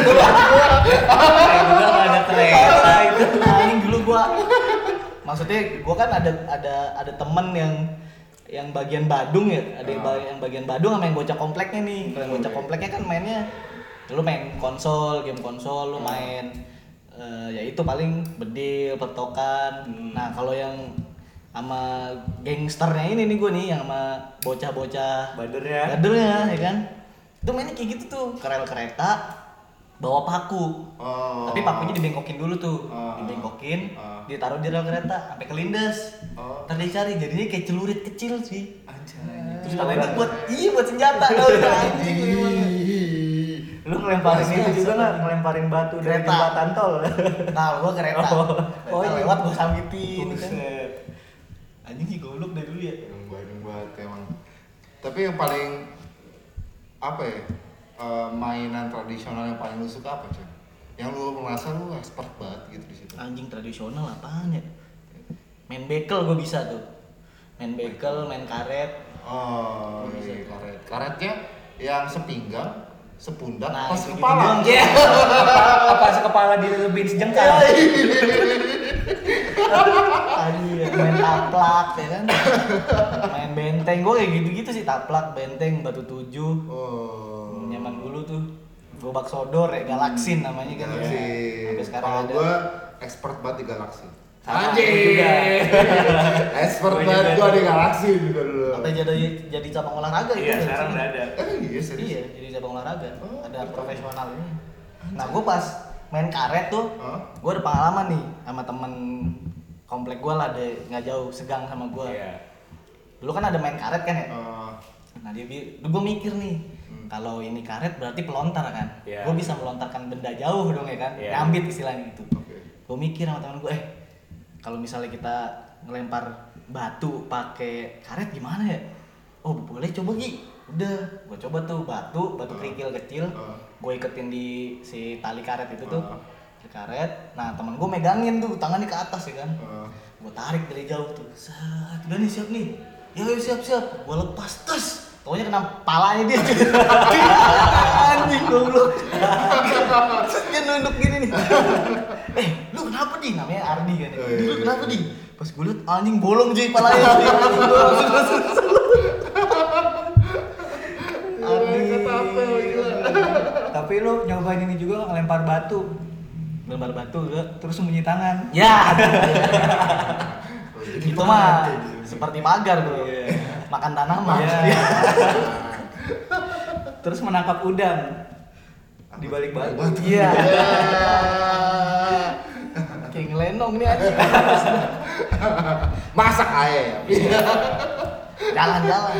B: Saya juga nggak ada kereta itu.
A: Anjing dulu gua. Maksudnya gua kan ada ada ada temen yang yang bagian Badung ya, ada yang
C: Ah.
A: ba- yang bagian Badung sama yang bocah kompleknya nih. Kalau yang bocah
C: Oke.
A: kompleknya kan mainnya dulu main konsol, game konsol, lu
C: Ah.
A: main eh, ya itu paling bedil, petokan.
B: Hmm.
A: Nah, kalau yang sama gangsternya ini nih gua nih yang sama bocah-bocah
B: Badernya.
A: badernya ya kan. Itu mainnya kayak gitu tuh, ke rel kereta bawa paku.
C: Oh.
A: Tapi pakunya dibengkokin dulu tuh,
C: Ah.
A: dibengkokin,
C: Ah.
A: ditaruh di rel kereta sampai kelindes.
C: Oh.
A: Ntar dicari, jadinya kayak celurit kecil sih.
C: Anjay.
A: Terus katanya buat iya buat senjata, tau gak anjing emang.
B: Lu ngelemparin
A: Biasa,
B: itu juga
A: biasa.
B: nggak? Ngelemparin batu dari
A: Kereta.
B: jembatan tol.
A: Nah, gua kereta.
B: Oh.
A: Kereta
B: Oh, iya.
A: lewat gua sambitin kan.
B: Buset.
A: Anjing sih goblok dari dulu ya.
C: Emang Bandung banget emang. Tapi yang paling apa ya? eh, mainan tradisional yang paling lu suka apa cuy? Yang lu merasa lu expert banget gitu di situ.
A: Anjing tradisional apaan ya? Main bekel gua bisa tuh. Main bekel, main karet.
C: Oh,
A: Bisa.
C: iya, karet. Karetnya yang sepinggang, sepundak,
A: Nah,
C: pas
A: gitu-gitu
C: kepala.
A: doang.
B: Iya. Apa, apa sekepala dilebihin sejengkal?
A: Anjir, main taplak ya kan. Main benteng, gua kayak gitu-gitu sih, taplak, benteng, batu tujuh.
C: Oh.
A: Nyaman dulu tuh. Gobak sodor ya, galaksin namanya kan.
C: Galaxy.
A: Sampai sekarang
C: Kalau
A: ada.
C: gua expert banget di Galaxy.
A: Sama,
C: Anjing.
A: gua juga.
C: Expert
B: Gua
C: banget
B: juga.
C: gua di Galaxy juga dulu.
A: Sampai jadi jadi cabang olahraga itu.
B: Iya,
A: dari
B: sekarang
A: sini.
B: udah ada.
C: Eh iya serius.
A: Iya, jadi cabang olahraga.
C: Oh,
A: ada
C: gitu.
A: profesional ini. Nah, gua pas main karet tuh,
C: Hah?
A: gua ada pengalaman nih sama temen komplek gua lah, ada nggak jauh, segang sama gua.
B: Iya.
A: Dulu kan ada main karet kan ya.
C: Eh,
A: Nah dia bi, gue mikir nih,
C: Hmm.
A: kalau ini karet berarti pelontar kan,
B: Iya.
A: gue bisa melontarkan benda jauh dong ya kan,
B: Iya.
A: nyambit istilahnya gitu.
C: Oke.
A: Gue mikir sama temen gue, eh kalau misalnya kita ngelempar batu pakai karet gimana ya? Oh boleh coba Gi. Udah, gue coba tuh batu, batu
C: Ah.
A: kerikil kecil,
C: Ah.
A: gue iketin di si tali karet itu tuh,
C: Ah.
A: di karet. Nah temen gue megangin tuh tangannya ke atas ya kan,
C: Eh,
A: gue tarik dari jauh tuh, set, udah nih siap nih, ya ayo siap siap, gue lepas tes, Taunya kena palanya dia. Anjing goblok. Terus dia nunduk gini nih. Eh, lu kenapa di? Namanya Ardi kan. Ya.
C: Oh, iya,
A: Lu
C: iya,
A: kenapa
C: iya.
A: di? Pas gue liat anjing bolong cuy palanya. Ardi.
C: Kata apa gila.
B: Tapi lu nyobain ini juga ngelempar batu,
A: Lempar batu enggak?
B: terus sembunyi tangan.
A: Ya.
C: Oh, jadi
A: Itu mah
C: pakai gitu.
A: seperti magar bro.
B: Iya.
A: Makan tanaman.
B: Iya. Terus menangkap udang di balik batu.
A: Iya. Kayak ngelenong nih anjing.
C: Masak aja.
A: Jalan-jalan.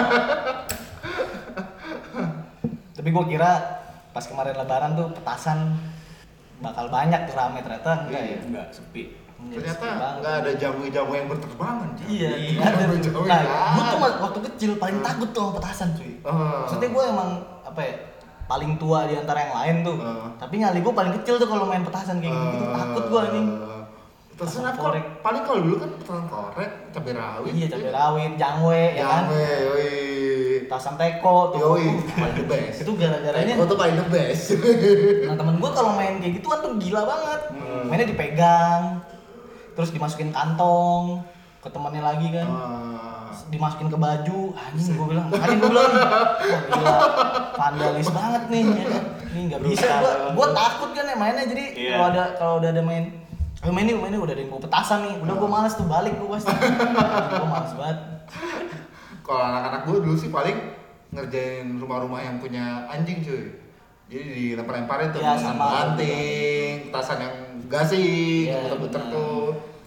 A: Tapi gua kira pas kemarin lebaran tuh petasan bakal banyak tuh rame, ternyata enggak ya.
B: Enggak, sepi.
C: Ternyata nggak ada jamu-jamu yang berterbangan. Cak.
A: Iya,
B: Iya,
A: nggak ada.
C: jamu-jamu
A: Nah,
C: nggak
A: gua tuh
C: ada.
A: waktu kecil paling takut tuh sama petasan cuy.
C: Oh.
A: Maksudnya gua emang apa ya, paling tua di antara yang lain tuh.
C: Oh.
A: Tapi nyali gua paling kecil tuh kalau main petasan kayak gitu, takut gua anjing.
C: Petasan apa?
A: korek.
C: Paling kalau dulu kan petasan korek, cabai rawit.
A: Iya, cabai rawit, jangwe, ya kan.
C: Jangwe, yoi.
A: Petasan teko tuh.
C: Yoi, paling the best.
A: Itu gara-garanya.
C: Teko tuh paling the best.
A: Nah temen gue kalau main kayak gituan tuh gila banget.
C: Hmm.
A: Mainnya dipegang, terus dimasukin kantong ke temannya lagi kan,
C: Ah.
A: dimasukin ke baju. Anjing gue bilang, anjing gue bilang, wah gila, vandalis banget nih. Ya kan? Ini nggak bisa. Gue gue takut kan ya mainnya. Jadi
B: Iya.
A: kalau ada kalau udah ada main, ayo main nih, main nih, udah ada yang bawa petasan nih. Udah gue malas tuh balik gue pasti. Gue malas banget.
C: Kalau anak-anak gue dulu sih paling ngerjain rumah-rumah yang punya anjing cuy. Jadi dilempar-lemparin tuh
A: Ya,
C: petasan
A: sama.
C: banting, petasan yang gasing,
A: Ya,
C: muter-muter
A: benar.
C: tuh.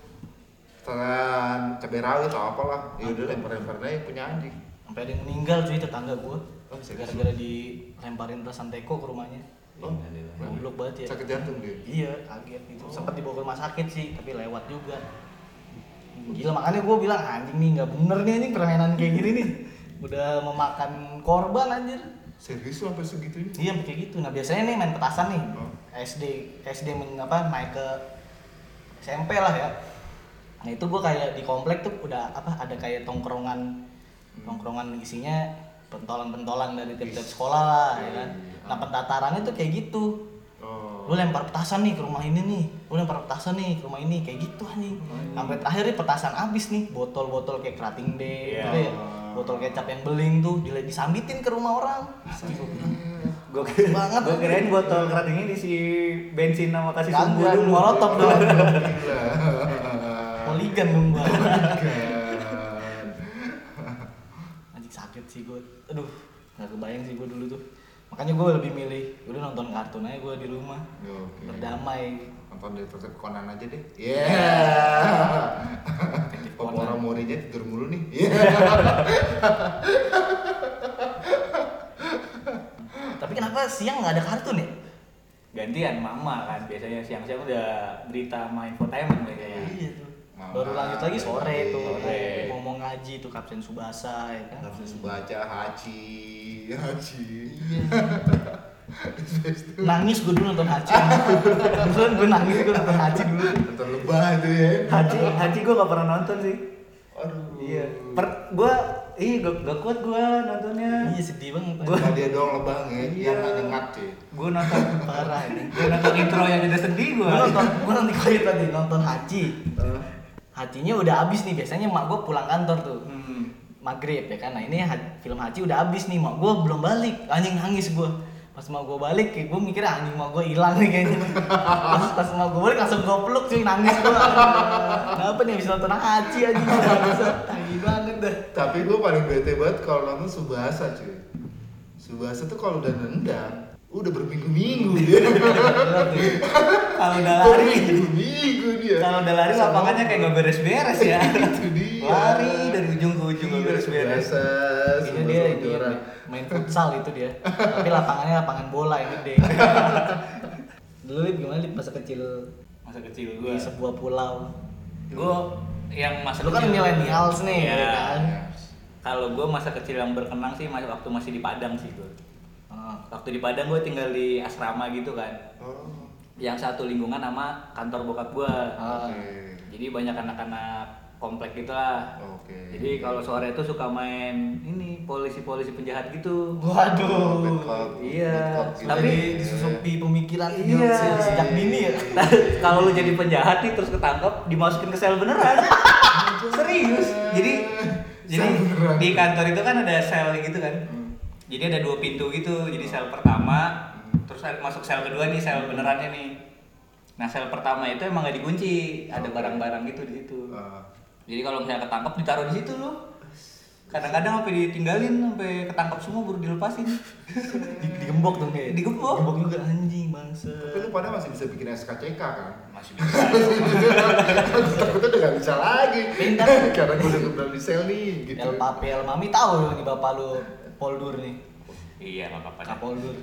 C: Petasan cabai rawit atau apalah. Ya udah lempar-lemparin aja yang punya anjing.
A: Sampai ada yang meninggal cuy tetangga gue.
C: Oh, serius?
A: Gara-gara dilemparin petasan teko ke rumahnya.
C: Oh,
A: Goblok banget ya.
C: sakit jantung dia.
A: Iya, kaget gitu. Sempat dibawa ke rumah sakit sih, tapi lewat juga. Gila, makanya gue bilang anjing nih nggak bener nih anjing permainan kayak gini nih. Udah memakan korban anjir.
C: Serius lu sampai segitunya?
A: Iya, kayak gitu. Nah, biasanya nih main petasan nih.
C: Oh.
A: S D S D men, apa naik ke S M P lah ya. Nah, itu gue kayak di komplek tuh udah apa ada kayak tongkrongan tongkrongan isinya pentolan-pentolan dari tiap-tiap sekolah lah ya kan. Nah, pentatarannya tuh kayak gitu.
C: Oh.
A: Lu lempar petasan nih ke rumah ini nih, lu lempar petasan nih ke rumah ini, kayak gitu anjing. Sampai terakhir nih petasan habis nih, botol-botol kayak kerating deh,
B: Iya.
A: gitu ya. Botol kecap yang beling tuh dile- disambitin ke rumah orang.
B: Gue kira
A: Banget.
B: gue kirain botol keratingnya diisi bensin sama kasih sumbu
A: Kagak,
B: dulu.
A: molotov dong.
C: Gila.
A: Moligan dong gua.
C: Kan.
A: Anjing sakit sih gua. Aduh, nggak kebayang sih gua dulu tuh. Makanya gua lebih milih udah nonton kartun aja gua di rumah.
C: Oke.
A: Berdamai.
C: Nonton Detektif Conan aja deh. Iya.
A: Detektif
C: Papa
A: Conan.
C: orang Morinya tidur mulu nih. Iya.
A: Tapi kenapa siang nggak ada kartun ya?
B: Gantian mama kan biasanya siang-siang udah berita sama infotainment kayaknya.
A: Iya tuh.
C: Mama,
A: Baru lanjut lagi sore tuh.
B: sore.
A: Ngomong ngaji tuh Kapten Subasa ya kan.
C: Harus baca Haji, Haji.
A: Iya. Nangis gue dulu nonton Haji. Beneran gue nangis gue nonton Haji dulu.
C: Nonton lebah itu ya.
B: Haji, Haji gue gak pernah nonton sih.
C: Aduh.
B: Iya. Per, gue, ih gak, gak kuat gue nontonnya.
A: Iya sedih banget.
B: Gua-
C: Cuma dia doang lebah ya,
B: Iya.
C: yang nggak nyengat cuy.
B: Gue nonton
A: Parah ini.
B: gue nonton intro yang udah sedih gue.
A: Gue nonton, gue nonton kali tadi nonton Haji.
C: Eh,
A: Hajinya udah habis nih, biasanya mak gue pulang kantor tuh.
B: Hmm.
A: Maghrib ya kan, nah ini ha- film Haji udah habis nih, mak gue belum balik, anjing nangis gue. Pas mau gue balik, kayak gue mikir anjing mau gue hilang nih kayaknya. Pas, pas mau gue balik langsung gue peluk cuy, nangis gue. Kenapa nih habis nonton Haji anjing, tanggi banget dah.
C: Tapi gue paling bete banget kalau nonton Subasa cuy. Subasa tuh kalau udah nendang, udah berminggu-minggu dia.
B: Kalau udah lari,
C: Berminggu-minggu dia.
B: kalau udah lari
C: Sama-
B: lapangannya kayak gak beres-beres ya.
C: Itu dia.
B: Lari dari ujung ke ujung gak
C: Iya,
B: beres-beres.
C: Subasa,
A: Ini
C: Subasa
A: dia ini
C: Ojora.
A: main futsal itu dia, tapi lapangannya lapangan bola yang gede. Dulu Lip, gimana Lip masa kecil
B: Masa kecil
A: di
B: gue.
A: sebuah pulau?
B: Gue yang masa
A: Lu kan
B: kecil-
A: millennials nih,
B: Iya.
A: ya kan?
B: Kalau gue masa kecil yang berkenang sih mas- waktu masih di Padang sih gue.
A: Ah.
B: Waktu di Padang gue tinggal di asrama gitu kan.
C: Oh.
B: Yang satu lingkungan sama kantor bokap gue.
A: Ah.
C: Oke.
B: Jadi banyak anak-anak komplek gitu lah.
C: Oke.
B: Jadi kalau sore itu suka main ini polisi-polisi penjahat gitu.
A: Waduh.
C: Bad cop,
B: Iya.
C: bad cop gitu.
A: Tapi
C: Iya.
A: disusupi pemikiran
B: Iya.
A: se- sejak dini ya.
B: Nah, kalau lu jadi penjahat nih terus ketangkep, dimasukin ke sel beneran. Serius. Jadi jadi
C: Sel beneran.
B: di kantor itu kan ada sel gitu kan.
C: Hmm.
B: Jadi ada dua pintu gitu. Jadi sel pertama, terus ada- masuk sel kedua nih, sel benerannya nih. Nah, sel pertama itu emang gak dikunci, ada barang-barang gitu di situ.
C: Ah.
B: Jadi kalau misalnya ketangkep ditaruh di situ loh. Kadang-kadang sampai ditinggalin sampai ketangkep semua baru dilepasin.
A: Di- digembok dong kayak.
B: Digembok.
A: Digembok juga anjing bangsa.
C: Tapi lu pada masih bisa bikin S K C K kan?
B: Masih bisa.
C: Takutnya udah gak bisa lagi.
A: Pintar.
C: Karena gue udah kebetulan di sel nih gitu.
A: El Papi, El Mami tahu nih bapak lu Poldur nih.
B: Iya, enggak apa-apa. dah.
A: Kapoldur.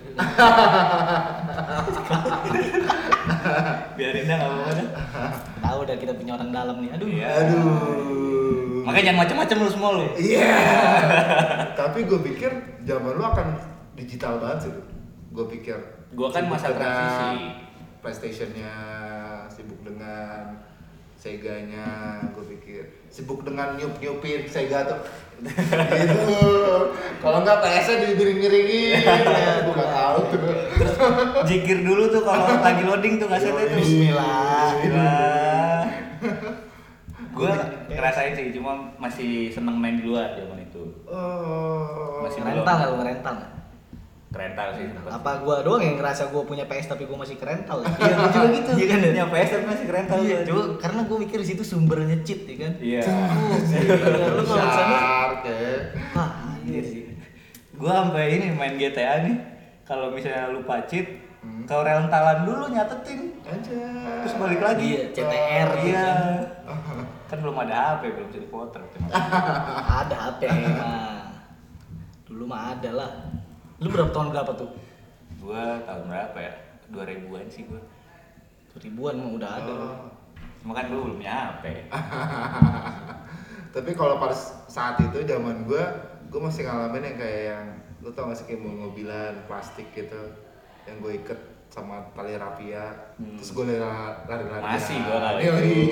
B: Biarin dah, enggak apa-apa dah.
A: Tahu dah kita punya orang dalam nih. Aduh.
B: Iya.
C: Aduh.
B: Makanya jangan macam-macam lu semua lu.
C: Iya. Tapi gue pikir zaman lu akan digital banget sih. Gue pikir.
B: Gua kan
C: Sibuk
B: masa
C: dengan
B: transisi.
C: PlayStation-nya, sibuk dengan Sega-nya, gue pikir sibuk dengan nyup-nyupin Sega tuh. Gitu. Kalau enggak P S-nya dimiring-miringin. Gue enggak tahu tuh.
B: Jikir dulu tuh kalau lagi loading tuh kasetnya tuh.
A: Bismillah.
B: Bismillah. Gua ngerasain sih, cuma masih seneng main di luar zaman itu.
C: Oh.
B: Masih
A: Rental nggak lu rental nggak?
B: Kerental sih sempet.
A: Apa gua doang yang ngerasa gua punya P S tapi gua masih kerental?
B: Iya, gua juga gitu.
A: Iya kan? ya?
B: Punya P S tapi masih kerental.
A: Iya,
B: gua.
A: coba karena gua mikir di situ sumbernya cheat ya kan.
B: Iya.
A: Oh, gila, lu kalau di sana,
C: Shark, ya.
A: wah,
B: Iya
A: iya
B: sih. Gua sampai ini main G T A nih. Kalau misalnya lupa cheat,
C: Hmm.
B: ke rentalan dulu nyatetin.
C: Aja.
B: Terus balik lagi.
A: Iya, C T R gitu
B: Iya.
A: kan.
B: Kan belum ada H P, belum bisa dipotret.
A: Ada H P mah. Dulu mah ada lah. Lu berapa tahun berapa tuh?
B: Gua tahun berapa ya? dua ribuan sih gua.
A: Ribuan mah udah ada.
C: Oh.
B: Cuma kan gua belum punya H P.
C: Tapi kalau pada saat itu zaman gue, gue masih ngalamin yang kayak yang lu tau gak sih kayak mobilan plastik gitu, yang gue iket sama tali rapia,
B: Hmm.
C: terus gue lari-lari.
B: Masih gua kali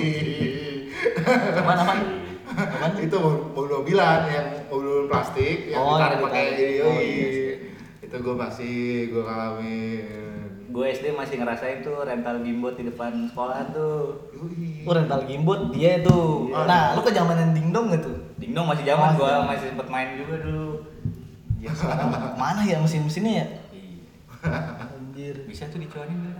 A: Aman aman. Aman.
C: Itu mobil-mobilan yang mobil plastik yang
A: Oh,
C: ditarik
A: yang
C: pakai
A: ditarik.
C: yoi.
A: Oh, iya, iya.
C: Itu gue masih gue ngalamin.
B: Gue S D masih ngerasain tuh rental gimbot di depan sekolah tuh.
C: Yoi.
A: Oh, rental gimbot dia tuh.
C: Iya.
A: Nah, lu ke zamanan dingdong gak tuh?
B: Dingdong masih zaman,
A: Oh,
B: gua
A: iya.
B: masih sempet main juga dulu.
A: Ya sekarang mana ya mesin-mesinnya ya?
B: Iya.
A: Anjir.
B: Bisa tuh dicuanin dulu.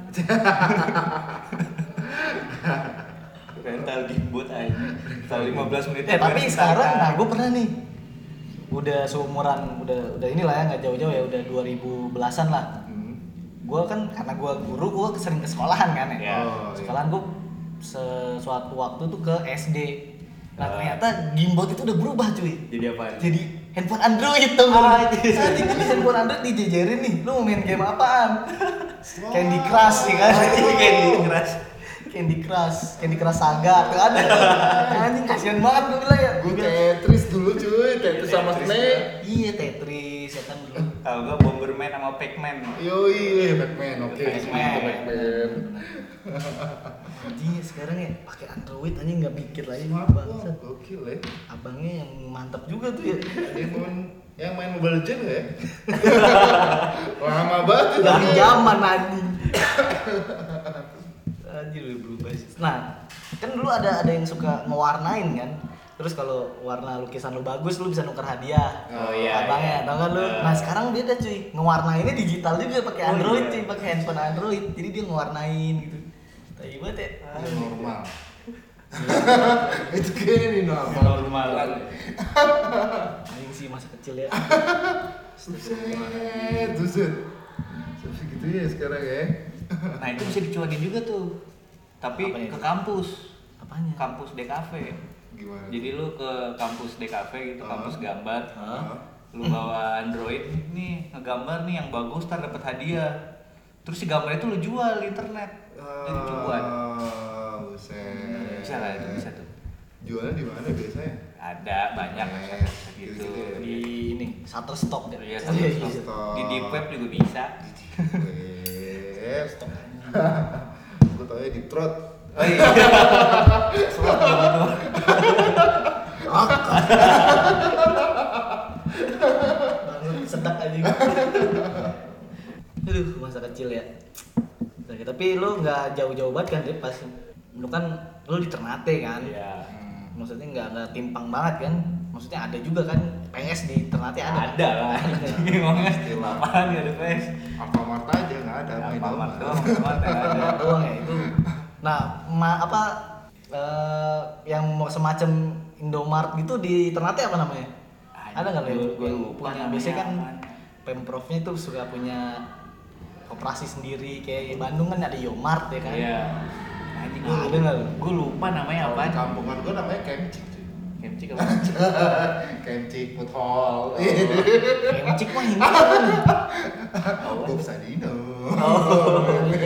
B: Rental gimbot aja. Rental lima belas menit.
A: Eh tapi
B: beres,
A: sekarang,
B: santai.
A: nah gue pernah nih. Udah seumuran, udah udah inilah ya, nggak jauh-jauh ya, udah dua ribu belasan lah.
C: Hmm.
A: Gue kan karena gue guru, gue sering ke sekolahan kan ya.
B: Ya.
C: Oh, iya.
A: Sekolahan gue sesuatu waktu tuh ke S D. Nah
B: Ah.
A: ternyata gimbot itu udah berubah cuy.
B: Jadi apa?
A: Jadi handphone Android tuh.
B: Ah, iya.
A: Saat itu di handphone Android dijejerin nih, lu mau main game apaan? Candy Crush ya kan?
B: Candy Crush.
A: Candy Crush, Candy Crush Saga, tuh ada. Anjing kasihan banget gue bilang ya.
C: Gue
A: Gua bilang,
C: Tetris dulu cuy, Tetris sama
B: Tetris,
C: Snake.
A: iya Tetris ya kan dulu.
B: Tahu gua Bomberman sama Pac-Man.
C: Yoi, Batman, oke.
A: Batman.
C: Itu Batman.
A: Anjing sekarang ya pakai Android anjing nggak pikir lagi
C: Wah,
A: bangsat.
C: gokil ya.
A: Abangnya yang mantap juga tuh ya.
C: Dia main yang main Mobile Legends ya. Lama banget tuh.
A: Dari
C: tapi-
A: zaman anjing. Anjir udah berubah sih. Nah, kan dulu ada ada yang suka ngewarnain kan. Terus kalau warna lukisan lu bagus, lu bisa nuker hadiah.
B: Oh, iya,
A: Abangnya,
B: iya.
A: tau kan lu?
B: Eh.
A: Nah sekarang beda cuy, ngewarnainnya digital juga pakai
B: Oh,
A: Android
B: iya.
A: cuy, pakai handphone Android. Jadi dia ngewarnain gitu. Tai banget ya.
C: Ini normal. Itu kayaknya ini normal.
B: Normal.
A: Anjing sih masa kecil ya.
C: Buset, buset. Sampai gitu ya sekarang ya.
B: Nah itu bisa dicuanin juga tuh. Tapi
A: Apanya
B: ke
A: itu?
B: kampus.
A: Apanya?
B: Kampus D K V.
C: Gimana?
B: Jadi lu ke kampus D K V gitu,
C: Ah.
B: kampus gambar.
A: Hah?
B: Lu bawa Android nih, ngegambar nih yang bagus, ntar dapat hadiah. Terus si gambar itu lu jual di internet. Jadi cuan.
C: Ah, buset.
B: Bisa lah itu, bisa tuh.
C: Jualnya di mana biasanya?
B: Ada banyak
C: Eh,
B: gitu.
C: gitu-gitu ya.
A: Di ini Shutterstock deh.
B: Iya,
A: Oh, iya, iya.
C: Shutterstock.
B: Di deep web juga bisa.
C: Eh, gue tau ya di trot.
B: Oh iya. Slot gitu.
A: Banget sedak aja. Aduh, masa kecil ya. Tapi lu nggak jauh-jauh banget kan, Dip, pas lu kan lu di Ternate kan.
B: Iya.
A: Maksudnya nggak nggak timpang banget kan. Maksudnya ada juga kan P S di Ternate ada.
B: Ada lah. Ngomongnya apaan nggak ada P S?
C: Alfamart aja nggak ada. main
B: Alfamart
C: doang.
B: doang, Alfamart nggak ada.
A: Doang ya itu. Nah, ma apa eh, yang mau semacam Indomart gitu di Ternate apa namanya? Ada nggak lo
B: Gua- gua
A: yang
B: lupa
A: punya?
B: namanya
A: Biasanya kan
B: apaan.
A: Pemprovnya tuh suka punya operasi sendiri kayak Bandung kan ada Yomart ya kan?
B: Iya. Anjing
A: Nah,
B: gua
A: ada nggak lu?
B: Gua lupa namanya
C: Kalau
B: apa.
C: di kampungan gua namanya Kemcik cuy.
B: Kemcik apa?
C: Kemcik Food Hall.
A: Kemcik mah ini kan.
B: Oh,
C: Bob Sadino.
A: Oh.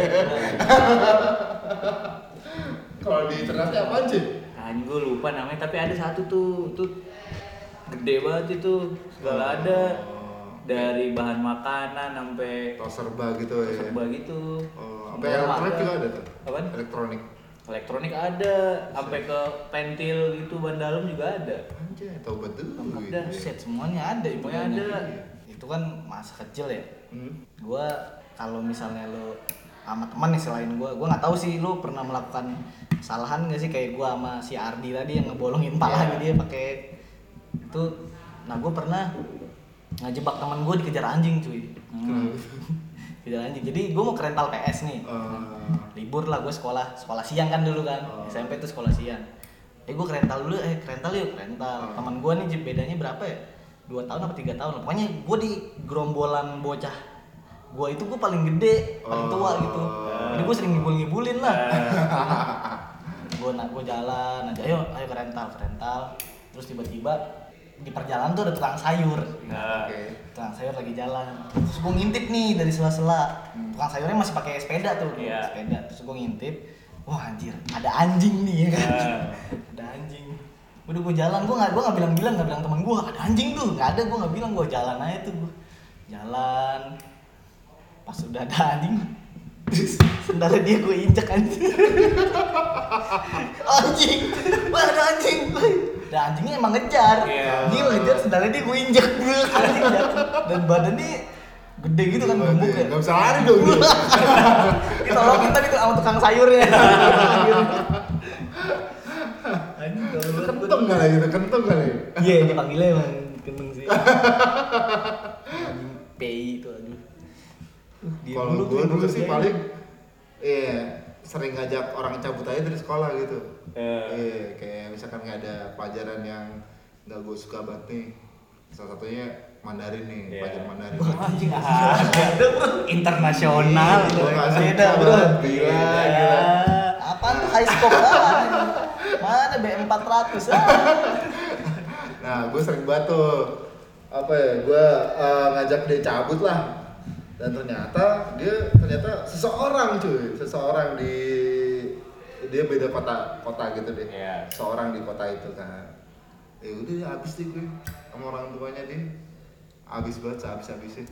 C: Kalau di Ternate apaan sih?
B: Anjing gua lupa namanya, tapi ada satu tuh, tuh gede banget itu, segala ada. Dari bahan makanan sampai
C: Atau serba gitu ya.
B: serba gitu.
C: Oh, sampai
B: Semua
C: elektronik
B: ada.
C: juga ada tuh.
B: Apaan?
C: Elektronik.
B: Elektronik ada, sampai ke pentil gitu ban dalam juga ada.
C: Anjay, tau betul.
B: Ada.
A: Set semuanya ada,
B: Semuanya
A: ibunya
B: ada.
A: Itu kan masa kecil ya.
C: Hmm.
A: Gua kalau misalnya lo sama teman nih selain gua, gua nggak tahu sih lo pernah melakukan kesalahan nggak sih kayak gua sama si Ardi tadi yang ngebolongin palanya dia pakai itu. Nah gua pernah ngejebak teman gua dikejar anjing cuy.
B: Hmm.
A: Kejar anjing. Jadi gua mau ke rental P S nih.
C: Eh,
A: Libur lah gue sekolah sekolah siang kan dulu kan.
C: Oh.
A: S M P tuh sekolah siang. Eh gue ke rental dulu, eh ke rental yuk, ke rental.
C: Oh.
A: Teman gue nih bedanya berapa ya? Dua tahun apa tiga tahun? Pokoknya gue di gerombolan bocah gue itu gue paling gede, paling tua
C: Oh.
A: gitu. Jadi gue sering ngibul-ngibulin lah.
B: Eh,
A: gue nak gue jalan aja, ayo ayo ke rental, ke rental. Terus tiba-tiba di perjalanan tuh ada tukang sayur.
B: Nah,
C: Oke.
A: Tukang sayur lagi jalan. Terus gue ngintip nih dari sela-sela. Tukang sayurnya masih pakai sepeda tuh,
B: Iya.
A: sepeda. Terus gue ngintip, wah anjir, ada anjing nih ya kan.
B: Eh.
A: Ada anjing. Udah gue jalan, gue nggak gue nggak bilang-bilang, nggak bilang teman gue ada anjing tuh, nggak ada, gue nggak bilang, gue jalan aja tuh gue jalan. Pas udah ada anjing, sendalnya dia gue injek anjing. Anjing, wah ada anjing. Dan anjingnya emang ngejar,
B: Iya.
A: dia ngejar sendalnya dia gue injek bro, anjing jatuh. Dan badannya gede gitu kan gemuk ya.
C: Gak bisa lari dong dia.
A: Ditolongin tadi tuh sama tukang sayurnya. Anjing kalau lu
C: Kenteng kali gitu, kenteng kali.
A: iya dipanggilnya emang kenteng sih. Anjing P I itu aduh. Uh, dia
C: Kalau
A: mulu tuh
C: gue
A: yang
C: dulu
A: gua
C: sih
A: kerjain.
C: paling iya sering ngajak orang cabut aja dari sekolah gitu.
B: Eh.
C: Iya, kayak misalkan nggak ada pelajaran yang nggak gue suka banget nih. Salah satunya Mandarin nih,
B: Iya.
C: pelajaran Mandarin.
A: Wah, anjing
B: Ah,
A: ada bro.
B: internasional.
C: Gue nggak suka
A: Beda, bro.
C: banget, gila, gila.
A: Apaan tuh high scope banget? Mana B empat ratus ah?
C: Nah, gue sering banget tuh apa ya, gue eh, ngajak dia cabut lah. Dan ternyata dia ternyata seseorang cuy, seseorang di dia beda kota kota gitu deh.
B: Iya.
C: Seorang di kota itu kan. Ya udah habis deh gue sama orang tuanya dia. Habis banget, habis habisnya.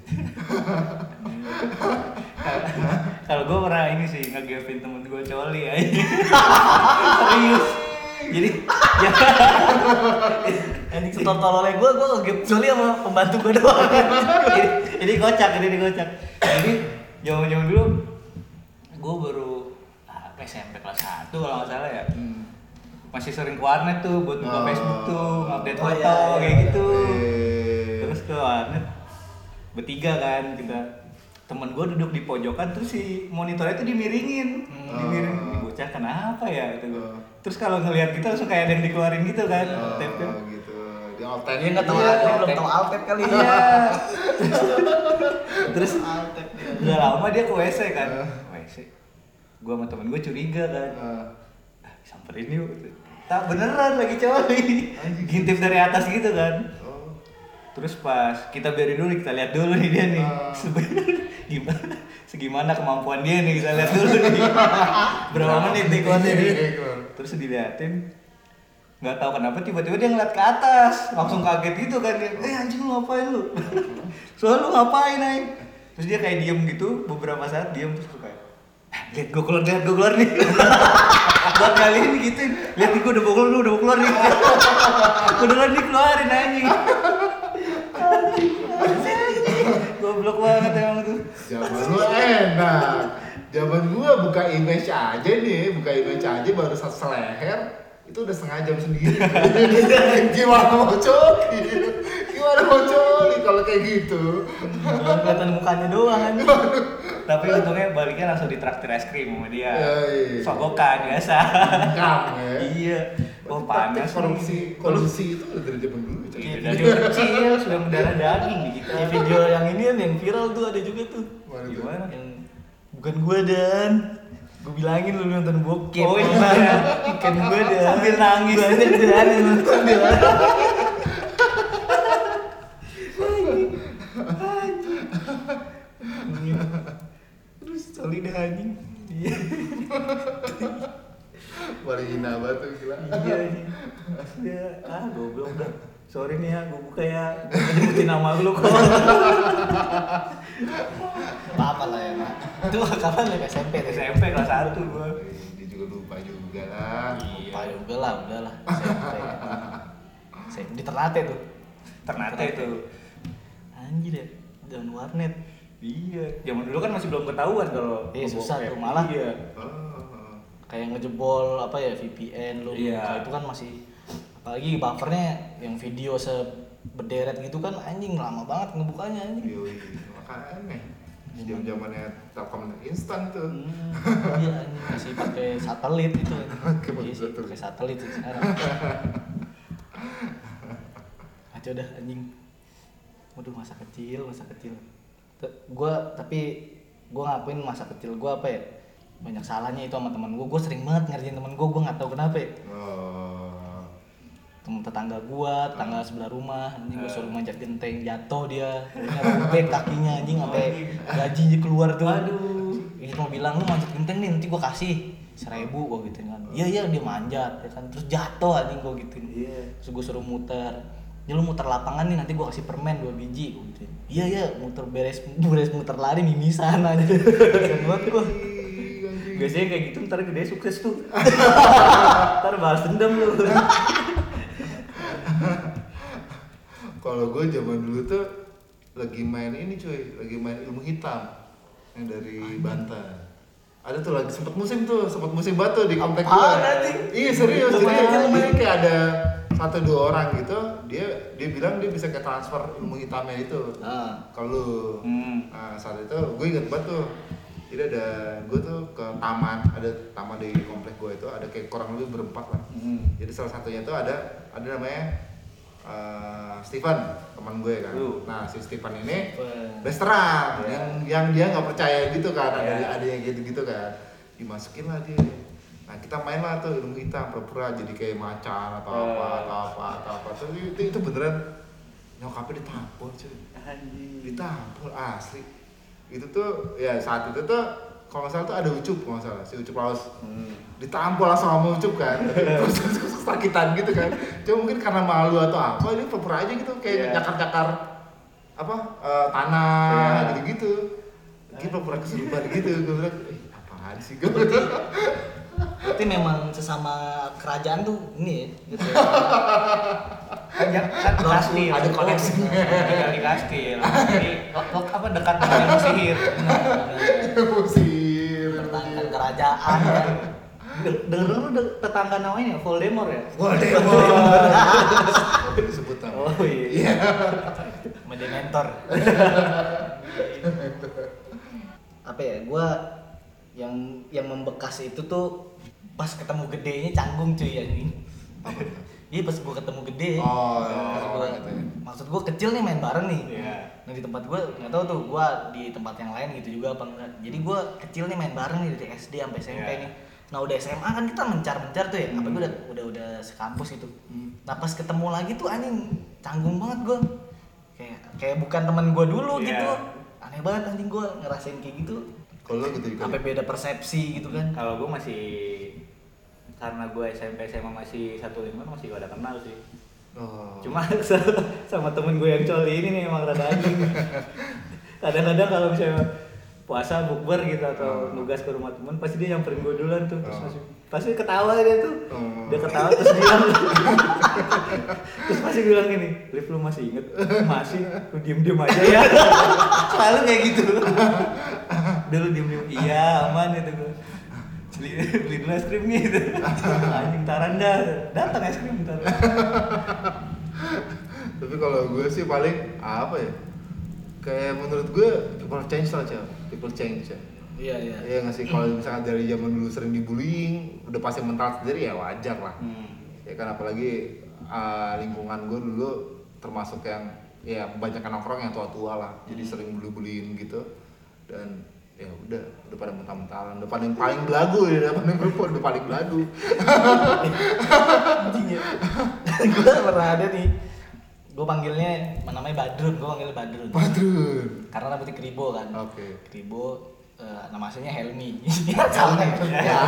B: Kalau gue pernah ini sih ngegapin temen gue coli ya. Serius. Jadi ya,
A: Anjing setol-tololnya gue, gue ngegap Joli sama pembantu gue doang.
B: ini, ini kocak, ini kocak. Jadi zaman-zaman dulu gue baru ah, S M P kelas satu kalau nggak salah ya.
C: Hmm.
B: Masih sering ke warnet tuh buat buka
C: Oh.
B: Facebook tuh, update
A: Oh,
B: foto
A: iya, iya.
B: kayak gitu.
C: Eh.
B: Terus ke warnet bertiga kan kita. Temen gue duduk di pojokan terus si monitornya tuh dimiringin,
A: Hmm.
B: dimiring.
C: Oh.
B: Ini bocah kenapa ya gitu gue.
C: Oh.
B: Terus kalau ngelihat kita langsung kayak ada yang dikeluarin gitu kan,
C: Oh,
B: tape-nya.
C: gitu. Dia alt-tab.
A: Dia nggak tahu,
B: Iya,
A: dia belum
B: Altek.
A: tahu Altet kali.
B: Iya. Terus
A: Altet dia.
B: udah lama dia ke W C kan.
C: Eh.
B: W C. Gua sama temen gue curiga kan.
C: Eh.
B: Ah, samperin yuk. Tak beneran lagi coli. Ngintip dari atas gitu kan.
C: Oh.
B: Terus pas kita biarin dulu, kita lihat dulu nih dia nih.
C: Ah.
B: Sebenarnya gimana segimana kemampuan dia nih, kita lihat dulu nih. Berapa menit nih kuatnya nih. Terus diliatin. Nggak tahu kenapa tiba-tiba dia ngeliat ke atas, langsung kaget gitu kan dia. Eh anjing lu ngapain lu? Soalnya lu ngapain aing? Terus dia kayak diem gitu beberapa saat, diem terus tuh kayak "Ah, lihat gue keluar, lihat gue keluar nih." Buat kali ini gitu. Lihat nih gua udah bokol lu udah keluar nih. Gua udah nih keluarin anjing. Goblok banget emang tuh.
C: Zaman lu enak. Zaman gua buka image aja nih, buka image aja baru satu seleher itu udah setengah jam sendiri. Gimana mau coli? Gimana mau coli kalau kayak gitu?
A: Cuma kelihatan mukanya doang anjing.
B: Tapi untungnya baliknya langsung ditraktir es krim sama dia.
C: Ya, iya.
B: Sogokan biasa.
C: Kamu ya.
B: Iya. Oh panas
C: korupsi, korupsi itu udah dari zaman dulu. coy.
B: Iya, dari kecil sudah mendarah daging di kita.
A: Di video yang ini kan yang viral tuh ada juga tuh.
C: Mana tuh?
B: Gimana?
A: Yang bukan gua dan gue bilangin lu nonton bokep.
B: Oh iya.
A: Bukan gua dan.
B: Sambil nangis.
A: Banyak dan yang nonton dan. Terus coli dah anjing. Iya.
C: Paling hina banget tuh gila.
B: Iya anjing. Ya, ah goblok dah. Sorry nih ya, gue buka ya. Gue nyebutin nama lu kok.
A: Apa-apa lah ya, Mak. Itu kapan lu S M P tuh?
B: S M P kelas satu gue.
C: Dia juga lupa juga lah.
A: Lupa ya udahlah, udahlah. S M P. S M P di Ternate tuh.
B: Ternate itu.
A: Anjir ya, dan warnet.
B: Iya. Zaman dulu kan masih belum ketahuan kalau.
A: Iya, susah
B: ngebokep.
A: tuh, malah.
B: Iya.
C: Oh.
A: Kayak ngejebol apa ya V P N lu.
B: Iya.
A: Kalau itu kan masih apalagi buffernya yang video seberderet gitu kan anjing lama banget ngebukanya anjing.
C: Yoi, makanya jam-zamannya Telkom instan tuh.
A: Hmm, iya anjing masih pakai satelit itu.
C: Pakai
A: Iya sih,
C: satelit.
A: pakai satelit sih sekarang. Aja dah anjing. Waduh masa kecil, masa kecil. T- gua tapi gua ngakuin masa kecil gua apa ya? Banyak salahnya itu sama teman gua. Gua sering banget ngerjain teman gua, gua enggak tahu kenapa ya.
C: Oh.
A: Temen tetangga gua, tetangga sebelah rumah, anjing gua suruh manjat genteng, jatuh dia, akhirnya robek kakinya anjing sampai gajinya keluar tuh.
B: Aduh.
A: Ini cuma bilang lu manjat genteng nih, nanti gua kasih seribu gua gituin kan. Iya iya dia manjat ya kan, terus jatuh anjing gua gituin.
B: Iya.
A: Terus gua suruh muter. Ya lu muter lapangan nih, nanti gua kasih permen dua biji gua gituin. Iya iya muter beres beres muter lari mimisan anjing. Kasian banget gua.
B: Biasanya kayak gitu ntar gede sukses tuh. Ntar balas dendam lu.
C: Kalau gue zaman dulu tuh lagi main ini cuy, lagi main ilmu hitam yang dari Banten. Ada tuh lagi sempet musim tuh, sempet musim batu di komplek gue.
A: Apaan, anjing?
C: Iya serius,
A: Lu main
C: jadi
A: ilmu
C: jadi kayak ada satu dua orang gitu, dia dia bilang dia bisa kayak transfer ilmu hitamnya itu.
A: Ah.
C: Kalau
B: Hmm.
C: nah, saat itu gue inget banget tuh. Jadi ada gue tuh ke taman, ada taman di komplek gue itu ada kayak kurang lebih berempat lah.
B: Hmm.
C: Jadi salah satunya itu ada ada namanya uh, Steven, teman gue kan.
B: Uh.
C: Nah si Steven ini
A: Steven.
C: restoran
B: Yeah.
C: yang yang dia nggak percaya gitu kan, ada
B: Yeah.
C: ada yang gitu gitu kan, dimasukin lah dia. Nah kita main lah tuh ilmu hitam pura-pura jadi kayak macan atau apa
B: Uh.
C: atau apa atau apa. Terus itu, itu beneran nyokapnya ditampol cuy,
B: Anjing.
C: ditampol asli. Itu tuh ya saat itu tuh kalau nggak salah tuh ada Ucup kalau nggak salah, si Ucup Laos
B: Hmm.
C: ditampol langsung sama Ucup kan, terus terus kesakitan gitu kan. Cuma mungkin karena malu atau apa, dia pura-pura aja gitu kayak
B: Yeah.
C: nyakar-nyakar apa eh, tanah
B: Yeah.
C: gitu-gitu. Dia pura-pura kesurupan gitu, gue bilang, eh apaan sih gue?
A: Berarti memang sesama kerajaan tuh ini ya, gitu ya.
B: Kan ya- kan kastil.
C: Ada koneksinya.
B: Tinggal di kastil. Jadi lo- lo apa dekat dengan ilmu sihir.
C: Musir.
A: Pertahankan kerajaan ya.
B: De- Denger lu de- tetangga namanya Voldemort ya?
C: Voldemort. Disebut nama.
B: Oh iya.
C: Iya.
A: Sama Dementor. Apa ya, gua yang yang membekas itu tuh pas ketemu gedenya canggung cuy anjing. Iya pas gua ketemu gede.
C: Oh,
A: Pas gua-
C: orang itu ya.
A: maksud gua kecil nih main bareng nih.
B: Iya.
A: Nah di tempat gua nggak tahu tuh gua di tempat yang lain gitu juga apa enggak. Jadi gua kecil nih main bareng nih dari S D sampai S M P
B: Iya.
A: nih. Nah udah S M A kan kita mencar-mencar tuh ya. Apa
B: Hmm.
A: gua udah udah udah sekampus itu. Nah pas ketemu lagi tuh anjing canggung banget gua. Kayak kayak bukan teman gua dulu
B: Iya.
A: gitu. Aneh banget anjing gua ngerasain kayak gitu.
C: Kalau gitu juga.
A: Sampai beda persepsi gitu kan.
B: Kalau gue masih karena gue S M P S M A masih satu lima masih gak ada kenal sih.
C: Oh.
B: Cuma sama temen gue yang coli ini nih emang rada anjing. Kadang-kadang kalau misalnya puasa bukber gitu atau
C: Hmm.
B: nugas ke rumah teman pasti dia nyamperin gue duluan tuh terus
C: Hmm.
B: masih pasti ketawa dia tuh
C: Hmm.
B: dia ketawa terus bilang terus pasti bilang gini Liv lu masih inget masih lu diem diem aja ya selalu kayak gitu dulu diem diem iya aman gitu gue beli beli dulu es krim gitu anjing taranda datang es krim ntar
C: Tapi kalau gue sih paling apa ya? Kayak menurut gue people change lah, Cak. People change ya.
A: Iya iya.
C: Iya nggak sih, kalau misalkan dari zaman dulu sering dibullying, udah pasti mental sendiri ya wajar lah.
B: hmm.
C: Ya kan apalagi uh, lingkungan gue dulu termasuk yang ya banyak nongkrong yang tua-tua lah, jadi sering bully-bullyin gitu. Dan ya udah, udah pada mental-mentalan, udah paling paling belagu ya, udah paling grup udah paling belagu.
A: Anjing ya. Gue pernah ada nih. Gue panggilnya namanya Badrun, gue panggilnya Badrun.
C: Badrun.
A: Karena rambutnya kribo kan.
C: Oke.
A: Kribo eh, nama aslinya Helmi. Salah gitu.
C: Ya.
A: Ya.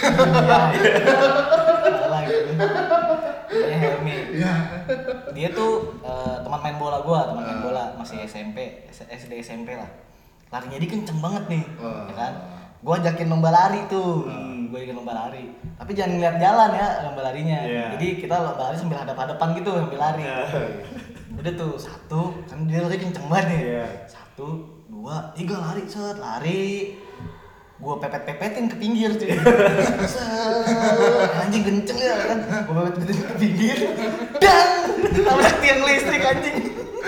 A: Salah gitu. Namanya Helmi.
C: Ya.
A: Dia tuh eh, teman main bola gue, teman main
C: Ah.
A: bola masih S M P, S D S M P lah. Larinya dia kenceng banget nih,
C: Wah.
A: ya kan? Gue ajakin lomba lari tuh,
B: Hmm.
A: gue ajakin lomba lari. Tapi jangan ngeliat jalan ya lomba larinya.
B: Iya.
A: Jadi kita lomba lari sambil hadap-hadapan gitu sambil lari.
B: Iya.
A: Udah tuh satu, kan dia lari kenceng banget nih.
B: Iya.
A: Satu, dua, tiga lari, set lari. Gue pepet-pepetin ke pinggir cuy. Set, anjing kenceng ya kan. Gue pepet-pepetin ke pinggir. Dan tabrak tiang listrik anjing.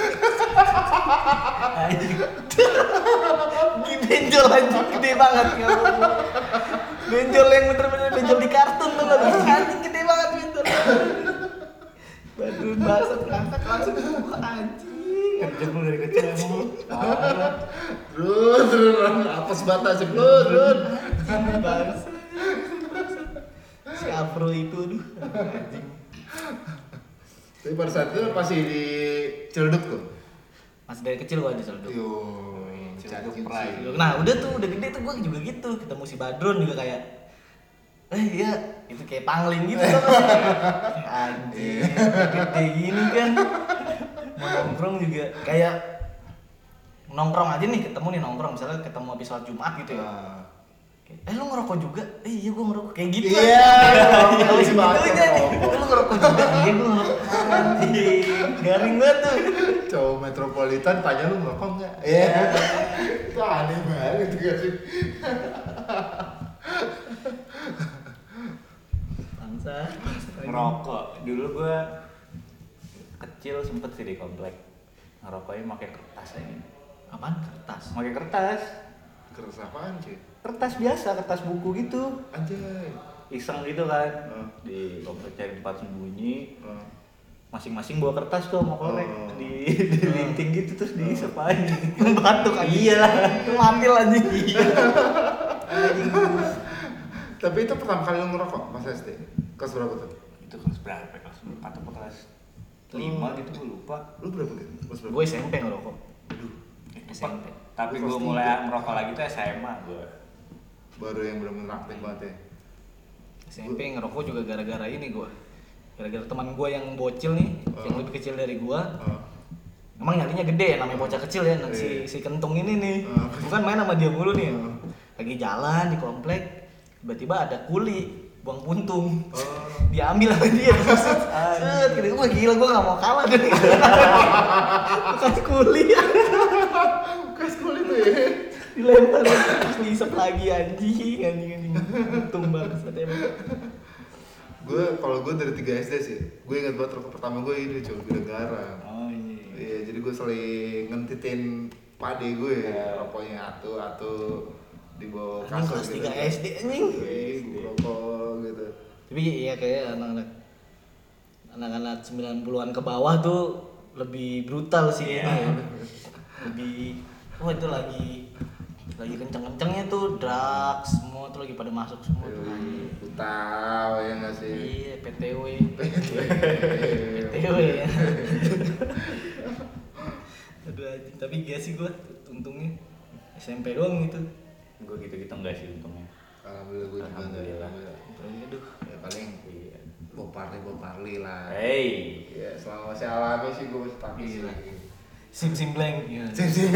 B: anjing
A: Benjol anjing gede banget ya. Benjol yang bener-bener benjol di kartun tuh loh. Anjing gede banget benjol. Badrun bahasa ngangkat langsung ke gua anjing.
B: kerja lu dari kecil emang lu parah.
C: Terus terus apes batas terus terus.
A: Anjing bangsa. Si Afro itu aduh anjing.
C: Tapi pada saat itu masih di Ciledug tuh.
A: Masih dari kecil gua di Ciledug.
C: Yo,
B: Ciledug
C: cacing
B: Pride.
C: sih.
A: Nah udah tuh udah gede tuh gua juga gitu ketemu si Badrun juga kayak eh iya itu kayak pangling gitu tuh kayak anjing gede gini kan mau nongkrong juga kayak nongkrong aja nih ketemu nih nongkrong misalnya ketemu habis sholat Jumat gitu ya
C: Nah.
A: eh lu ngerokok juga eh iya gua ngerokok kayak gitu
C: Iya,
A: aja.
C: kalau si
A: gitu
C: Bapak
A: aja nih
C: ngerokok.
A: lu ngerokok juga iya gua ngerokok anjing garing banget tuh
C: Cowok metropolitan tanya lu ngerokok nggak? Iya. Itu aneh banget gak sih?
A: bangsa
B: ngerokok dulu gua kecil sempet sih di komplek ngerokoknya pakai kertas aja
A: apaan kertas
B: pakai kertas
C: Kertas apaan sih?
B: kertas biasa kertas buku gitu
C: Anjay.
B: iseng gitu kan
C: Hmm.
B: di komplek cari tempat sembunyi
C: Hmm.
B: masing-masing bawa kertas tuh mau korek
C: Oh.
B: di dilinting gitu terus diisep aja
A: batuk aja
B: iya lah
A: itu mantil anjing
C: Tapi itu pertama kali lu ngerokok pas S D? Kelas berapa tuh?
B: itu kelas berapa kelas empat atau kelas lima gitu gue lupa
C: Lu berapa tuh? Kelas berapa?
A: gue S M P ngerokok
C: Aduh,
A: S M P
B: tapi
C: Kelas
B: gue
C: tiga.
B: mulai merokok lagi tuh S M A gue
C: baru yang bener-bener aktif banget ya.
A: S M P ngerokok juga gara-gara ini gue gara-gara teman gue yang bocil nih
C: Oh.
A: yang lebih kecil dari gue
C: Oh.
A: emang nyalinya gede ya namanya bocah kecil ya si,
C: Iya.
A: si kentung ini nih
C: Oh.
A: bukan main sama dia mulu nih
C: Oh.
A: lagi jalan di komplek tiba-tiba ada kuli buang puntung
C: Oh.
A: diambil sama dia set set gitu gue gila gue gak mau kalah deh bukan kuli
C: Kelas kulit tuh ya.
A: dilempar terus diisep lagi anjing anjing anjing untung banget emang
C: Gue kalau gue dari tiga S D sih. Gue ingat banget rokok pertama gue ini coba gula garam.
B: oh iya
C: Iya, jadi gue sering ngentitin pade gue,
B: Iya.
C: rokoknya atu atu di bawah
A: anjing
C: kasur
A: kelas
C: gitu.
A: tiga S D anjing
C: Iya, gue rokok gitu.
A: tapi iya kayak anak-anak anak-anak sembilan puluhan ke bawah tuh lebih brutal sih
B: Iya.
A: ini. Lebih wah itu lagi lagi kenceng-kencengnya tuh drugs semua tuh lagi pada masuk semua tuh anjing.
C: Lu tahu ya nggak sih?
A: Iya P T W P T W ya aduh anjing tapi gak sih gua untungnya S M P doang gitu
B: gue gitu-gitu enggak sih untungnya
C: Alhamdulillah gue juga nggak.
B: Alhamdulillah.
A: aduh
C: Ya paling
B: iya
C: Boparli Boparli lah.
B: hey
C: Ya selama masih alami sih gue masih tapi
A: Iya.
C: sih.
A: Sim sim blank. Iya.
C: Sim sim.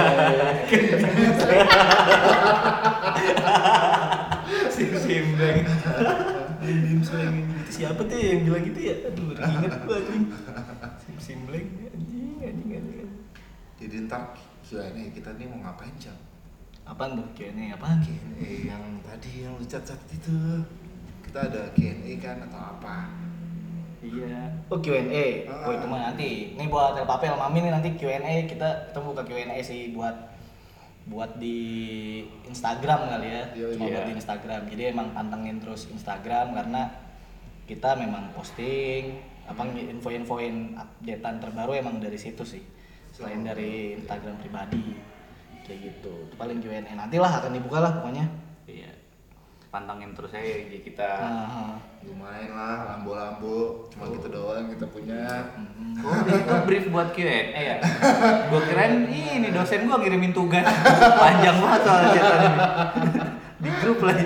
B: Sim sim blank.
A: Sim slang itu siapa tuh yang bilang gitu ya? Aduh, baru inget gua anjing. Sim sim blank anjing anjing anjing.
C: Jadi ntar Q and A kita nih mau ngapain Jam?
A: Apaan tuh? Q and A apaan?
C: Q and A yang tadi yang lu cat-cat itu. Kita ada Q and A kan atau apa?
B: Iya.
A: Oh Q and A. Oh itu mah nanti. Ini buat El Papel Mami nih nanti Q and A kita kita buka Q and A sih buat buat di Instagram kali ya.
C: Iya,
A: Cuma
B: iya.
A: buat di Instagram. Jadi emang pantengin terus Instagram karena kita memang posting apa info-infoin updatean terbaru emang dari situ sih. Selain
C: Oh,
A: dari
C: iya.
A: Instagram pribadi. Kayak gitu. Itu paling Q and A nantilah akan dibuka lah pokoknya.
B: Iya. Pantengin terus aja I G kita.
A: Nah,
C: Lumayan lah, lambo-lambo. Cuma gitu doang kita punya.
B: Oh, itu brief buat Q and A ya? Gua kirain ini dosen gua ngirimin tugas panjang banget soal cetan di grup lagi.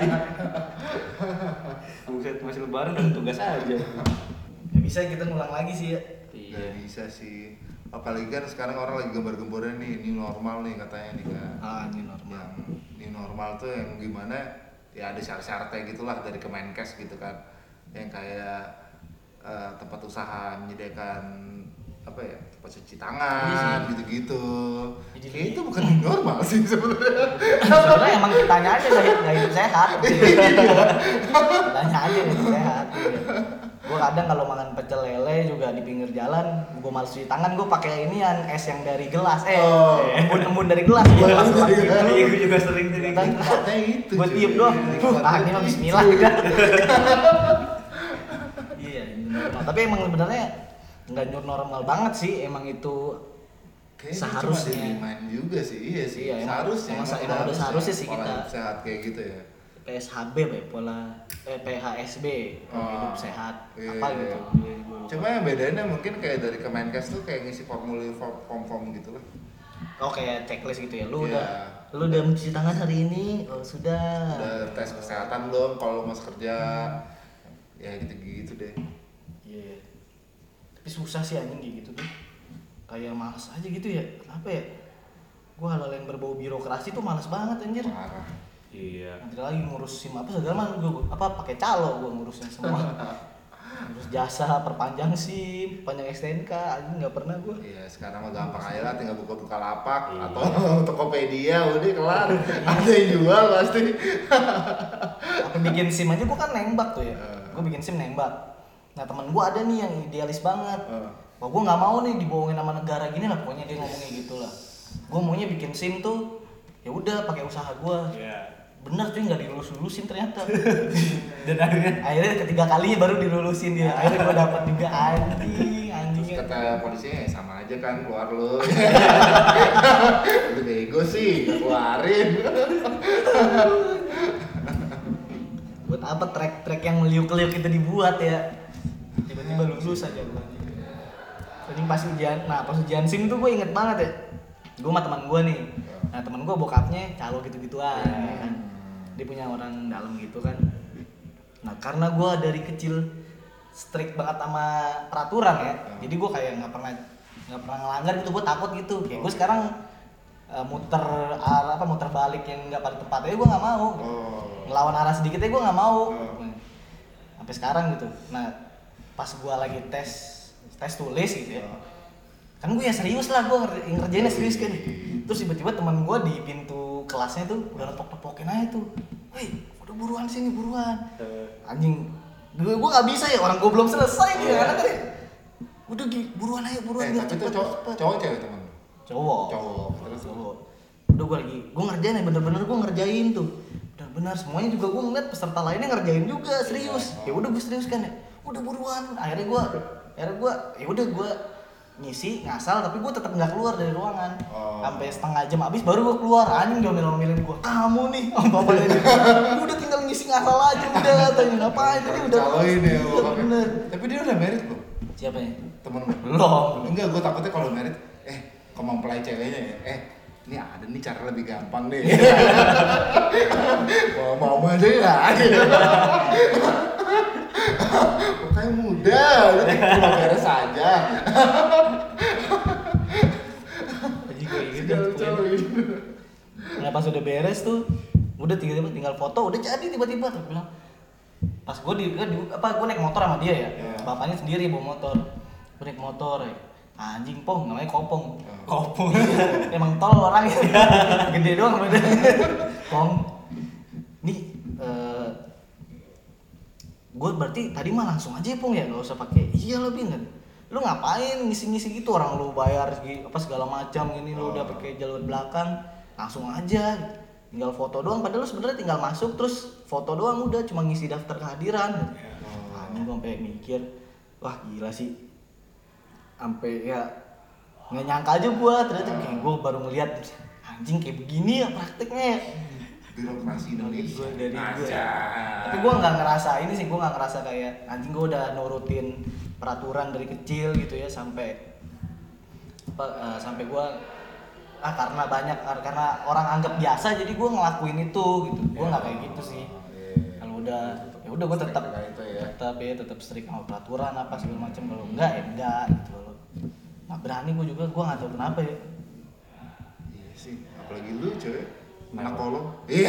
B: Buset, masih lebaran dan tugas aja.
A: ya bisa kita ngulang lagi sih ya.
C: Gak bisa sih. Apalagi kan sekarang orang lagi gambar-gambarnya nih, new normal nih katanya nih kan.
A: Ah, ini normal.
C: Yang new normal tuh yang gimana? Ya ada syarat-syaratnya gitulah dari Kemenkes gitu kan. Yang kayak eh, tempat usaha menyediakan apa ya, tempat cuci tangan gitu-gitu.
A: Jadi
C: Kayak itu bukan new normal sih sebenarnya.
A: Sebenarnya emang kitanya aja gak, gak hidup sehat. Kitanya aja gak hidup sehat. Iya. Gue kadang kalau makan pecel lele juga di pinggir jalan, gue males cuci tangan, gue pakai ini yang es yang dari gelas, eh
C: Oh.
A: embun-embun dari gelas, gue
C: Iya,
A: langsung
C: iya,
A: gitu.
B: Iya, gua juga sering tuh.
A: Kan,
C: Katanya itu.
A: gue
C: cuy.
A: tiup doang. Ah ini mah Bismillah juga. Iya, new normal. Tapi emang sebenarnya nggak new normal banget sih, emang itu
C: Kayaknya
A: seharusnya.
C: cuma dimain juga sih, iya sih.
A: Iya, emang-
C: seharusnya.
A: emang-
C: emang
A: emang udah seharusnya sih
C: pola
A: kita.
C: hidup sehat kayak gitu ya.
A: P S H B ya, pola eh P H S B, pola
C: Oh,
A: hidup sehat,
C: iya,
A: apa
C: iya.
A: gitu.
C: Cuma yang bedanya mungkin kayak dari Kemenkes tuh kayak ngisi formulir form-form gitu lah.
A: Oh kayak checklist gitu ya, lu
C: Iya.
A: udah lu udah mencuci tangan hari ini, oh sudah.
C: Udah tes kesehatan belum kalau mau kerja. Ya gitu-gitu deh.
A: Iya. Tapi susah sih anjing kayak gitu tuh. Kayak males aja gitu ya. Kenapa ya? Gua hal-hal yang berbau birokrasi tuh males banget anjir.
C: Parah.
B: Iya.
A: Nanti lagi ngurus SIM apa segala macam gua apa pakai calo gua ngurusnya semua. Ngurus jasa, perpanjang SIM, panjang S T N K, anjing enggak pernah gua.
C: Iya, sekarang mah gampang aja lah, tinggal buka-buka lapak
B: Iya.
C: atau Tokopedia udah kelar. Ada yang jual pasti.
A: Aku bikin SIM aja gua kan nembak tuh ya.
C: Eh.
A: Gua bikin SIM nembak. Nah, temen gua ada nih yang idealis banget.
C: Eh.
A: Wah, gua nggak mau nih dibohongin sama negara gini lah, pokoknya dia ngomongnya gitu lah. Gua maunya bikin SIM tuh ya udah pakai usaha gua.
B: Iya.
A: Bener tuh nggak dilulus-lulusin ternyata.
B: Dan akhirnya
A: Akhirnya ketiga kalinya baru dilulusin dia. Akhirnya gua dapat juga anjing,
C: Terus
A: anjingnya.
C: kata polisinya ya sama aja kan keluar lu. Lu bego sih, keluarin.
A: Buat apa track-track yang meliuk-liuk itu dibuat ya? Tiba-tiba lulus aja gua. Anjing pas ujian, nah pas ujian SIM tuh gue inget banget ya. Gue sama teman gue nih. Nah teman gue bokapnya calo gitu-gituan, ya kan. Dia punya orang dalam gitu kan. Nah karena gue dari kecil strict banget sama peraturan ya, jadi gue kayak nggak pernah nggak pernah ngelanggar gitu. Gue takut gitu. Kayak gue sekarang uh, muter arah apa muter balik yang nggak pada tempatnya gue nggak mau.
C: Oh.
A: Ngelawan arah sedikitnya gue nggak mau.
C: Oh.
A: Sampai sekarang gitu. Nah pas gue lagi tes tes tulis gitu ya. Kan gue ya serius lah, gue nger- ngerjainnya serius kan. Terus tiba-tiba teman gue di pintu kelasnya tuh udah nepok-nepokin aja tuh. Woi, udah buruan sini, buruan. Anjing, gue gue gak bisa ya, orang gue belum selesai nih, karena kan. Udah Gi, buruan aja, buruan
C: Eh,
A: biar
C: tapi itu
A: cepet,
C: cowok,
A: cepet.
C: cowok cewek temen lu?
A: Cowok.
C: Cowok. Terus
A: Cowok. Udah gue lagi, gue ngerjain ya, bener-bener gue ngerjain tuh. Bener-bener semuanya juga gue ngeliat peserta lainnya ngerjain juga, serius. Ya udah gue serius kan ya. Udah buruan. Akhirnya gue, akhirnya gue, ya udah gue ngisi ngasal tapi gue tetap nggak keluar dari ruangan.
C: Oh.
A: Sampai setengah jam habis baru gue keluar. Anjing diomel-omelin gue, kamu nih om bapaknya dia. Udah tinggal ngisi ngasal aja udah, tanya ngapain tadi udah
C: Caloin ya,
A: Iya,
C: bokapnya.
A: bener.
C: Tapi dia udah married belum?
A: Siapa ya?
C: Temen lu?
A: Belum.
C: Enggak, gue takutnya kalau married, eh kalau mempelai ceweknya ya, eh ini ada nih cara lebih gampang deh. Mau mau aja ya ada. Pokoknya mudah, lu tinggal beres aja.
A: Nah pas udah beres tuh, udah tiba-tiba tinggal foto, udah jadi tiba-tiba tuh bilang. Pas gue di, di apa gue naik motor sama dia ya,
C: Yeah.
A: bapaknya sendiri bawa motor, gue naik motor ya. Anjing pong namanya kopong,
B: Kopong.
A: emang tol orangnya, gede doang badannya. Pong, nih uh, gue berarti tadi mah langsung aja pong ya, nggak usah pakai iya lebih kan. Lu ngapain ngisi-ngisi gitu, orang lu bayar segi, apa segala macam ini lu udah pakai jalur belakang, langsung aja tinggal foto doang, padahal lu sebenarnya tinggal masuk terus foto doang udah, cuma ngisi daftar kehadiran. Anjing gue sampai mikir, wah gila sih, sampai ya nggak nyangka aja gue ternyata kayak gue baru ngeliat anjing kayak begini ya prakteknya.
C: Birokrasi Indonesia.
A: Gue dari gue.
C: Aja.
A: Tapi gue nggak ngerasa ini sih, gue nggak ngerasa kayak anjing gue udah nurutin peraturan dari kecil gitu ya sampai apa uh, sampai gue ah karena banyak karena orang anggap biasa jadi gue ngelakuin itu gitu. Gue nggak kayak gitu sih. Kalau udah ya udah gue tetap
C: itu ya.
A: tetap ya tetap strict sama peraturan apa segala macam. Kalau enggak ya enggak gitu. Kalau nggak berani gue juga, gue nggak tahu kenapa ya.
C: Iya sih, apalagi lu coy. Anak
B: Kenapa?
C: kolong. Iya.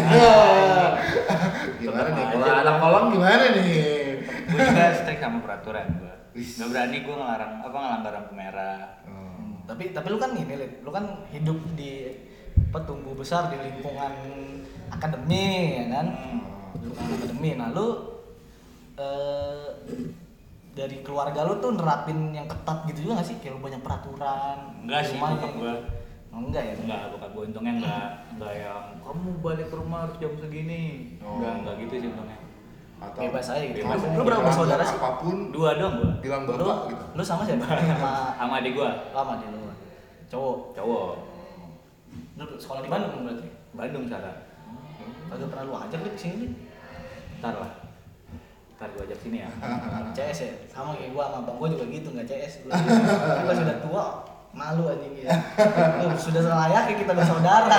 C: Gimana
B: Tetep
C: nih?
B: aja.
C: Kalau anak kolong gimana nih?
B: Gue juga strict sama peraturan gue.
C: Wis.
B: Gak berani gue ngelarang apa ngelanggar lampu merah.
C: Oh.
A: Tapi tapi lu kan ini, Lid. Lu kan hidup di apa tumbuh besar di lingkungan akademi ya kan? Lingkungan akademi. Nah, lu eh, dari keluarga lu tuh nerapin yang ketat gitu juga gak sih? Kayak lu banyak peraturan.
B: Enggak sih,
A: rumahnya
B: bokap
A: gitu.
B: gua.
A: Oh, enggak ya?
B: Enggak, bokap gue untungnya enggak enggak yang kamu balik ke rumah harus jam segini.
C: Oh.
B: Enggak, enggak gitu sih untungnya.
C: Atau
A: Bebas aja gitu.
B: Bebas
A: Lu,
B: aja.
A: lu berapa bersaudara sih?
C: Apapun
B: Dua dong gua.
C: bilang
A: Lu,
C: bapak gitu.
A: lu sama siapa? Sama
B: Sama adik gua,
A: lama di lu. Cowok.
B: cowok.
A: Lu sekolah di Bandung berarti?
B: Bandung sekarang.
A: Kagak pernah lu ajak lu kesini nih.
B: Ntar lah. Ntar gua ajak sini ya.
A: C S ya, sama kayak gua sama abang gua juga gitu, nggak C S. Kita sudah tua, malu aja gitu. Lu sudah selayaknya kita bersaudara.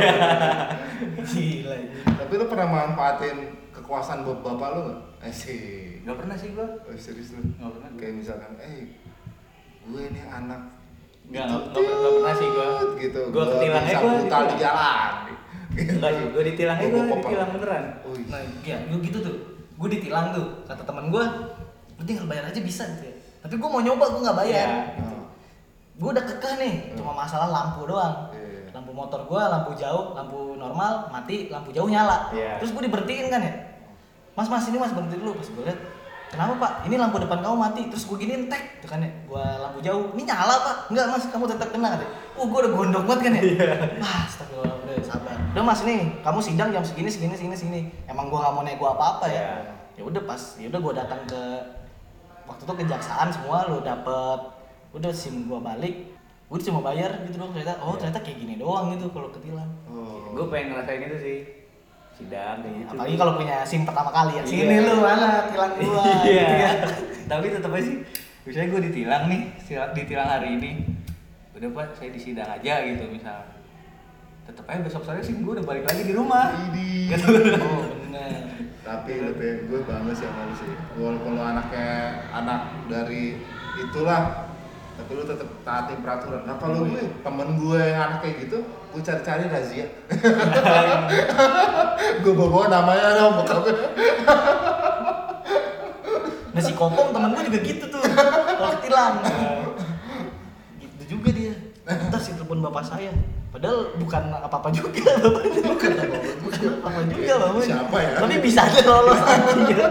A: Gila ini.
C: Tapi lu pernah manfaatin kekuasaan bap- bapak lu nggak? Eh sih.
B: Enggak pernah sih gua.
C: Oh, serius lu?
B: Nggak pernah.
C: Kayak misalkan, eh, gue ini anak.
B: Enggak, enggak enggak enggak pernah sih gua.
C: Gitu.
B: Gua ketilang aja gua.
C: brutal di jalan.
B: Enggak sih, gua ditilang aja gua, ditilang beneran.
C: Oh, iya.
A: Nah, ya, gua gitu tuh. Gua ditilang tuh, kata teman gua, lu tinggal bayar aja bisa gitu ya. Tapi gua mau nyoba, gua nggak bayar.
B: Iya.
A: Gitu. Gua udah kekeh nih, cuma masalah lampu doang.
C: Iya.
A: Lampu motor gua, lampu jauh, lampu normal mati, lampu jauh nyala.
B: Iya.
A: Terus gua diberhentiin kan ya. Mas, mas ini mas berhenti dulu. Pas gua liat, kenapa pak? Ini lampu depan kamu mati. Terus gua giniin tek, tuh kan ya. Gua lampu jauh, ini nyala pak? Enggak mas, kamu tetap kena katanya. Oh gua udah gondok banget kan ya. Ah, astagfirullah, udah sabar. Udah mas nih, kamu sidang jam segini, segini, segini, segini. Emang gua nggak mau nego apa-apa ya.
B: Iya.
A: Ya udah pas, ya udah gua datang ke waktu itu kejaksaan semua, lu dapet, udah sim gua balik. Gue cuma bayar gitu doang, ternyata oh ternyata kayak gini doang gitu kalau ketilang.
C: Oh.
B: Gue pengen ngerasain itu sih. Sidang kayak gitu.
A: Apalagi kalau punya SIM pertama kali ya.
B: Iya.
A: Sini lu mana tilang gua.
B: Iya.
A: gitu ya.
B: Tapi tetap aja sih. Misalnya gue ditilang nih, sila- ditilang hari ini. Udah pak, saya di sidang aja gitu misal. Tetap aja besok sore sih gue udah balik lagi di rumah.
C: Idi.
B: Gitu.
A: Oh bener.
C: Tapi lu tuh, gue bangga sih sama lu sih. Walaupun lu anaknya anak dari itulah, tapi lu tetap taatin peraturan. Nah kalau gue, temen gue yang anak kayak gitu, gue cari-cari razia. Gue bawa namanya dong, bokapnya.
A: Nah si Kopong temen gue juga gitu tuh. Kalau ketilang. Gitu juga dia. Ntar si telepon bapak saya. Padahal bukan apa-apa juga bapaknya. Bukan apa-apa juga bapaknya.
C: Siapa ya?
A: Tapi bisa aja lolos aja.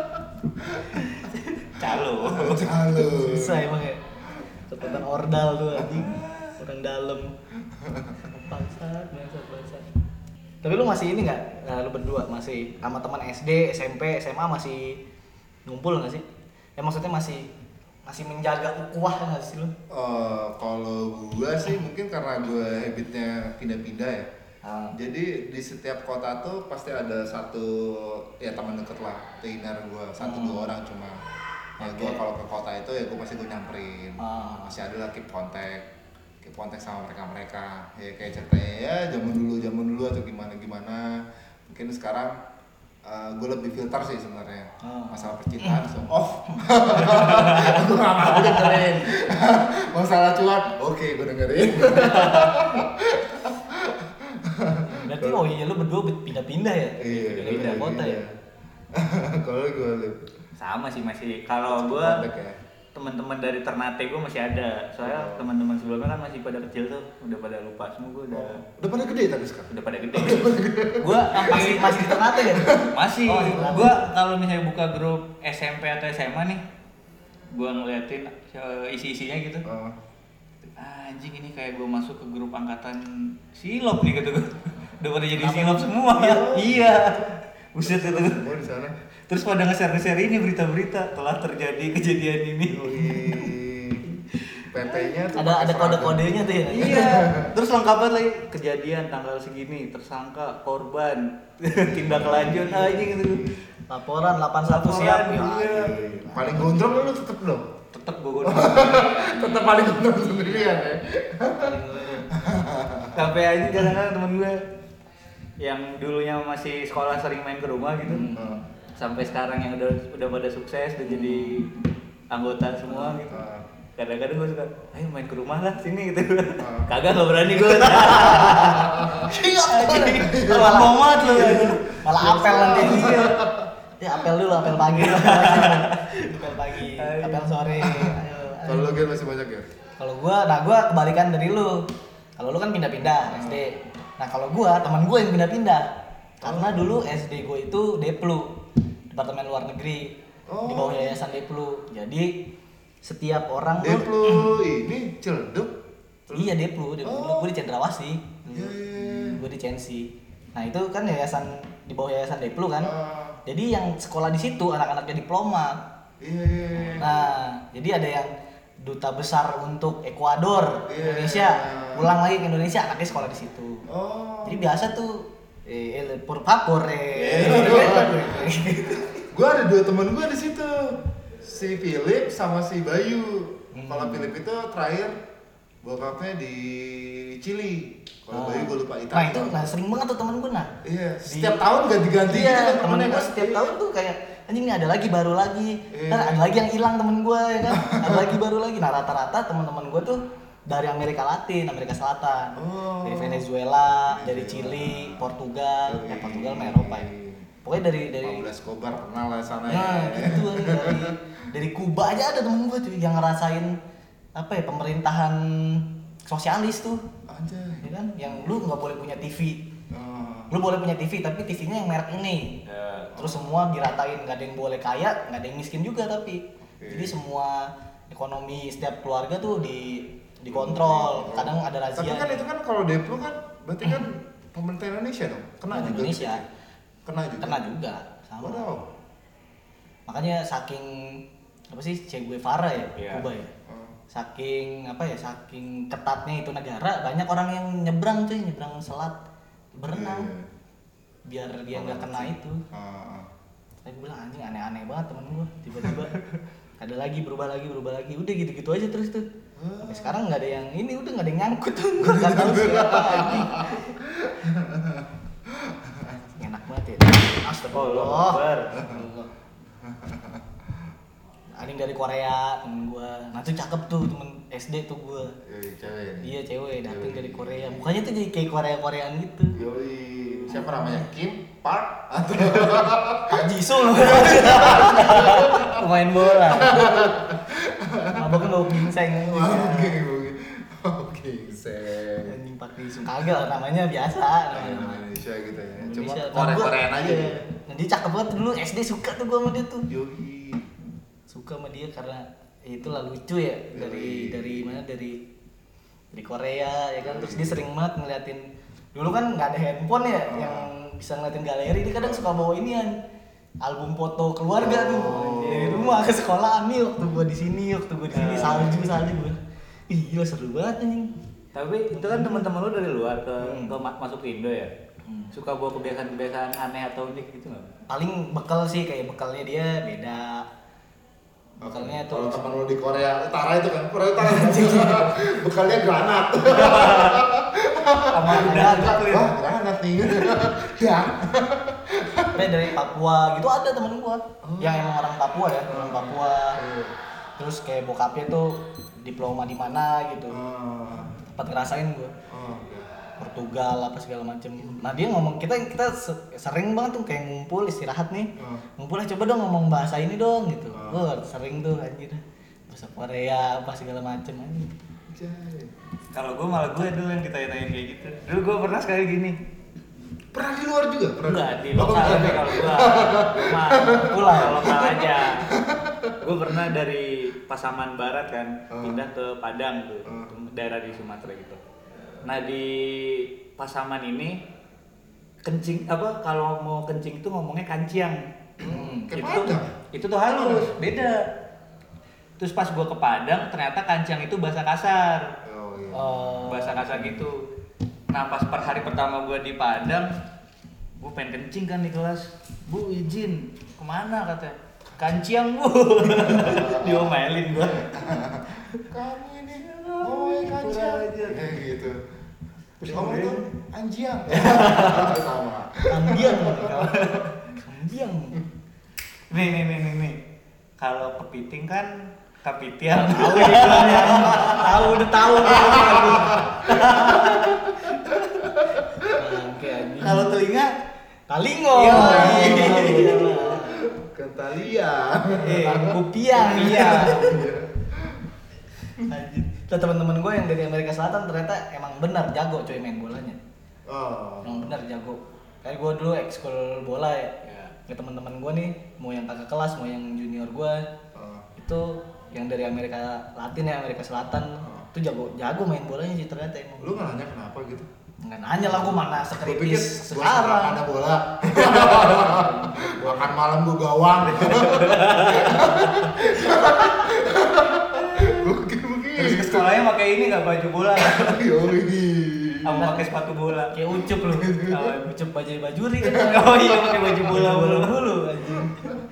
B: Calo.
C: Halo.
A: Susah emang ya. Catatan ordal tuh anjing. Orang dalam. Bangsat, bangsat, bangsat. Tapi lu masih ini nggak? Nah, lu berdua masih sama teman S D, S M P, S M A masih ngumpul nggak sih? Ya maksudnya masih masih menjaga ukhuwah nggak sih lu?
C: Eh, kalau gue sih mungkin karena gue habitnya pindah-pindah ya.
A: Ah.
C: Jadi di setiap kota tuh pasti ada satu ya teman deket lah, trainer gue satu
A: Hmm.
C: dua orang cuma. Ya
A: Oke.
C: gue kalau ke kota itu ya gue pasti gue nyamperin.
A: Ah.
C: Masih ada lah keep kontak, keep kontak sama mereka mereka. Ya kayak ceritanya ya zaman dulu zaman dulu atau gimana gimana. Mungkin sekarang uh, gue lebih filter sih sebenarnya
A: Ah.
C: masalah percintaan. So, oh, gue gak mau dengerin. Masalah cuan, oke gue dengerin.
A: Berarti oh iya lu berdua pindah-pindah ya?
C: Iya,
A: Pindah-pindah kota ya?
C: Kalau gue lihat
B: Sama sih masih. Kalau gua
C: komplek ya.
B: teman-teman dari Ternate gue masih ada. Soalnya
C: Oh.
B: teman-teman sebelumnya kan masih pada kecil tuh, udah pada lupa semua. Gue udah
C: Udah pada gede tapi sekarang.
B: udah pada gede. Gua
A: Masih masih di Ternate kan?
B: masih.
A: Oh, di Ternate.
B: Gua kalau misalnya buka grup S M P atau S M A nih, gua ngeliatin uh, isi-isinya gitu.
C: Oh.
B: Ah, anjing ini kayak gua masuk ke grup angkatan silop nih kata gua. Udah pada jadi
A: Apa?
B: silop semua.
C: Iya.
B: Iya. Buset kata gua.
C: Semua di sana.
B: Terus pada nge-share-nge-share ini berita-berita telah terjadi kejadian ini.
C: P P-nya tuh
A: Ada
C: pakai
A: ada
C: seragam.
A: kode-kodenya tuh ya.
B: Iya. Terus lengkap banget lagi kejadian tanggal segini, tersangka, korban, tindak lanjut aja gitu.
A: Laporan delapan satu siap.
B: Laporan,
A: Ya,
B: iya.
C: Paling gondrong lu tetep dong.
B: Tetep gue gondrong.
C: Tetep paling gondrong sendirian ya.
B: Sampai aja kadang-kadang temen gue yang dulunya masih sekolah sering main ke rumah gitu.
C: Hmm.
B: Sampai sekarang yang udah udah pada sukses udah jadi anggota semua gitu.
C: Hmm.
B: Kadang-kadang gue suka, ayo main ke rumah lah sini gitu.
C: Hmm.
B: Kagak nggak berani gue.
A: Iya.
B: Malah momat lu.
A: Malah apel nanti. Ya apel dulu, apel pagi. Apel pagi, apel sore. Ayo.
C: Kalau lu Gen masih banyak ya?
A: Kalau gua, nah gua kebalikan dari lu. Kalau lu kan pindah-pindah S D. Nah kalau gua, teman gua yang pindah-pindah. Karena dulu S D gua itu Deplu, Departemen Luar Negeri,
C: Oh.
A: di bawah Yayasan Deplu. Jadi setiap orang tuh
C: Dep lu ini Ciledug.
A: iya Deplu, Deplu.
C: Oh.
A: Gua di Cendrawasih.
C: Iya, iya, iya.
A: Gua di Censi. Nah itu kan yayasan di bawah Yayasan Deplu kan.
C: Ah.
A: Jadi yang sekolah di situ anak-anaknya diplomat.
C: Iya, iya, iya.
A: Nah, jadi ada yang duta besar untuk Ekuador,
C: Iya.
A: Indonesia, pulang lagi ke Indonesia, anaknya sekolah di situ.
C: Oh.
A: Jadi biasa tuh, eh, eh por favor, eh.
C: Gua ada dua temen gua di situ. Si Philip sama si Bayu.
A: Hmm.
C: Kalau Philip itu terakhir bokapnya di Chili. Kalau
A: Oh.
C: Bayu gua lupa
A: Nah
C: Italia.
A: itu, nah sering banget tuh temen gue nah.
C: Iya,
A: Di-
C: setiap tahun ganti-ganti
A: Iya,
C: gitu kan
A: temen
C: temennya
A: gue
C: kan.
A: setiap tahun tuh kayak anjing nih ada lagi baru lagi,
C: Iya.
A: ntar ada lagi yang hilang temen gue ya kan, ada lagi baru lagi. Nah rata-rata teman-teman gue tuh dari Amerika Latin, Amerika Selatan,
C: Oh.
A: dari Venezuela, dari
C: Venezuela.
A: Chili, Portugal, ya
C: Yoi.
A: Portugal mah Eropa ya. Pokoknya dari dari
C: Pablo Escobar pernah lah sana
A: nah
C: ya.
A: gitu dari dari Kuba aja ada temen gue tuh yang ngerasain apa ya pemerintahan sosialis tuh,
C: Anjay.
A: ya kan, yang lu nggak boleh punya T V.
C: Oh.
A: Lu boleh punya T V tapi T V-nya yang merek ini.
B: Ya.
A: Terus semua diratain, nggak ada yang boleh kaya, nggak ada yang miskin juga tapi.
C: Oke.
A: Jadi semua ekonomi setiap keluarga tuh di dikontrol. Kadang ada razia.
C: Tapi kan itu kan kalau Deplu kan berarti kan pemerintah Indonesia dong. Kena
A: Nah,
C: juga.
A: Indonesia.
C: Kena juga.
A: Kena juga sama.
C: Waduh.
A: Makanya saking apa sih Che Guevara ya,
B: Iya.
A: Kuba ya.
C: Oh.
A: Saking apa ya, saking ketatnya itu negara, banyak orang yang nyebrang cuy, nyebrang selat berenang
C: Iya, iya.
A: biar dia nggak kena itu.
C: Ah, ah.
A: Saya bilang anjing aneh-aneh banget temen gue, tiba-tiba ada lagi berubah lagi berubah lagi, udah gitu-gitu aja terus tuh. Sampai sekarang nggak ada yang ini, udah nggak ada yang nyangkut tuh, gue nggak tahu siapa anjing. Enak banget ya. Astagfirullah.
B: Allah Akbar.
A: Astagfirullah. Ada yang dari Korea temen gue, nah tuh cakep tuh temen S D tuh gue.
C: Yoi, cewek.
A: Iya cewek datang
C: Yoi.
A: dari Korea, mukanya tuh jadi kayak Korea-Koreaan gitu.
C: Yoi. Siapa namanya? Kim Park atau
A: Pak Jisoo pemain bola. Maboknya bau ginseng.
C: Oke, oke. Oke, Seng.
A: Anjing Pak Jisoo kagak lah, namanya biasa. namanya.
C: Indonesia gitu ya. Cuma
A: Indonesia. Nah,
C: Korea
A: gua-
C: Koreaan aja.
A: iya.
C: gitu.
A: Nah, dia cakep banget dulu S D, suka tuh gua sama dia tuh.
C: Yoi.
A: Suka sama dia karena ya itulah lucu ya dari
C: Yoi.
A: dari mana dari dari Korea ya kan, terus dia sering banget ngeliatin. Dulu kan nggak ada handphone ya
C: Oh.
A: yang bisa ngeliatin galeri, dia kadang suka bawa inian album foto keluarga tuh
C: Oh.
A: dari rumah ke sekolah. Nih waktu gua di sini, waktu gua di sini
B: Ah.
A: salju salju gua. Ih gila seru banget anjing.
B: Tapi itu kan teman-teman lu dari luar ke,
A: Hmm.
B: ke ma- masuk ke Indo ya.
A: Hmm.
B: Suka bawa kebiasaan-kebiasaan aneh atau unik gitu nggak?
A: Paling bekal sih kayak bekalnya dia beda. Bekalnya
C: Kalau
A: tuh
C: teman lu di Korea Utara itu kan, Korea Utara bekalnya granat.
B: Sama udah clear.
C: Wah, granat nih. Ya.
A: Tapi dari Papua gitu ada temen gua
C: Oh.
A: yang emang orang Papua ya, orang Papua.
C: Iya.
A: Terus kayak bokapnya tuh diploma di mana gitu.
C: Oh.
A: Tempat ngerasain gua.
C: Oh, oke.
A: Portugal apa segala macem. Nah dia ngomong kita kita sering banget tuh kayak ngumpul istirahat nih,
C: Hmm.
A: ngumpul lah coba dong ngomong bahasa ini dong gitu.
C: Hmm.
A: Wah sering tuh anjir, bahasa Korea apa segala macem anjir.
C: Jai.
B: Kalau gue malah gue dulu yang ditanya-tanya kayak gitu. Dulu gue pernah sekali gini.
C: Pernah di luar juga? Pernah?
B: Enggak, di
C: Oh,
B: lokal
C: enggak.
B: aja kalau gua. Cuma
A: Pulang.
B: kalau lokal aja. Gua pernah dari Pasaman Barat kan,
C: Hmm.
B: pindah ke Padang tuh,
C: Hmm.
B: daerah di Sumatera gitu. Nah, di Pasaman ini kencing apa kalau mau kencing itu ngomongnya kanciang.
A: Hmm.
C: Kayak
B: itu
C: Padang.
B: itu tuh halus, beda. Terus pas gua ke Padang ternyata kanciang itu bahasa kasar.
C: Oh iya.
A: Oh,
B: Bahasa kasar gitu. Nah pas per hari pertama gue di Padang, gue pengen kencing kan di kelas. Bu izin, kemana katanya? Kanciang bu. Diomelin gue.
C: Kamu ini mau kancing eh gitu. Terus ngomong tuh anjiang. Sama.
A: Kambiang, kambiang.
B: Nih nih nih nih nih. Kalau kepiting kan kapitian.
A: Tahu nih gua, tahu udah tahu. Oke anjing.
B: Kalau telinga,
A: Talingo.
B: Iya.
A: Iya.
C: Kentalia.
A: Eh, kupiang. Iya. Anjir. Tuh teman-teman gue yang dari Amerika Selatan ternyata emang benar jago coy main bolanya.
C: Oh.
A: Emang benar jago. Kayak gue dulu ekskul bola ya.
B: Ya.
A: Ya teman-teman gue nih, mau yang kakak kelas, mau yang junior gue,
C: Oh.
A: itu yang dari Amerika Latin ya, Amerika Selatan,
C: Oh.
A: itu jago jago main bolanya sih ternyata emang.
C: Lu nggak nanya kenapa gitu?
A: Nggak nanya lah gue mana
C: Gue pikir
A: sekritis
C: gua sekarang
A: sekarang.
C: ada bola. Makan malam gua gawang. Gue pikir
B: terus ke
C: begitu.
B: sekolahnya pakai ini nggak baju bola,
C: Yoi.
B: sama pakai sepatu bola.
A: Kayak ucup lu, oh, ucup baju bajuri kan.
B: Oh iya pakai baju bola
A: bola
B: bola.
A: dulu anjing.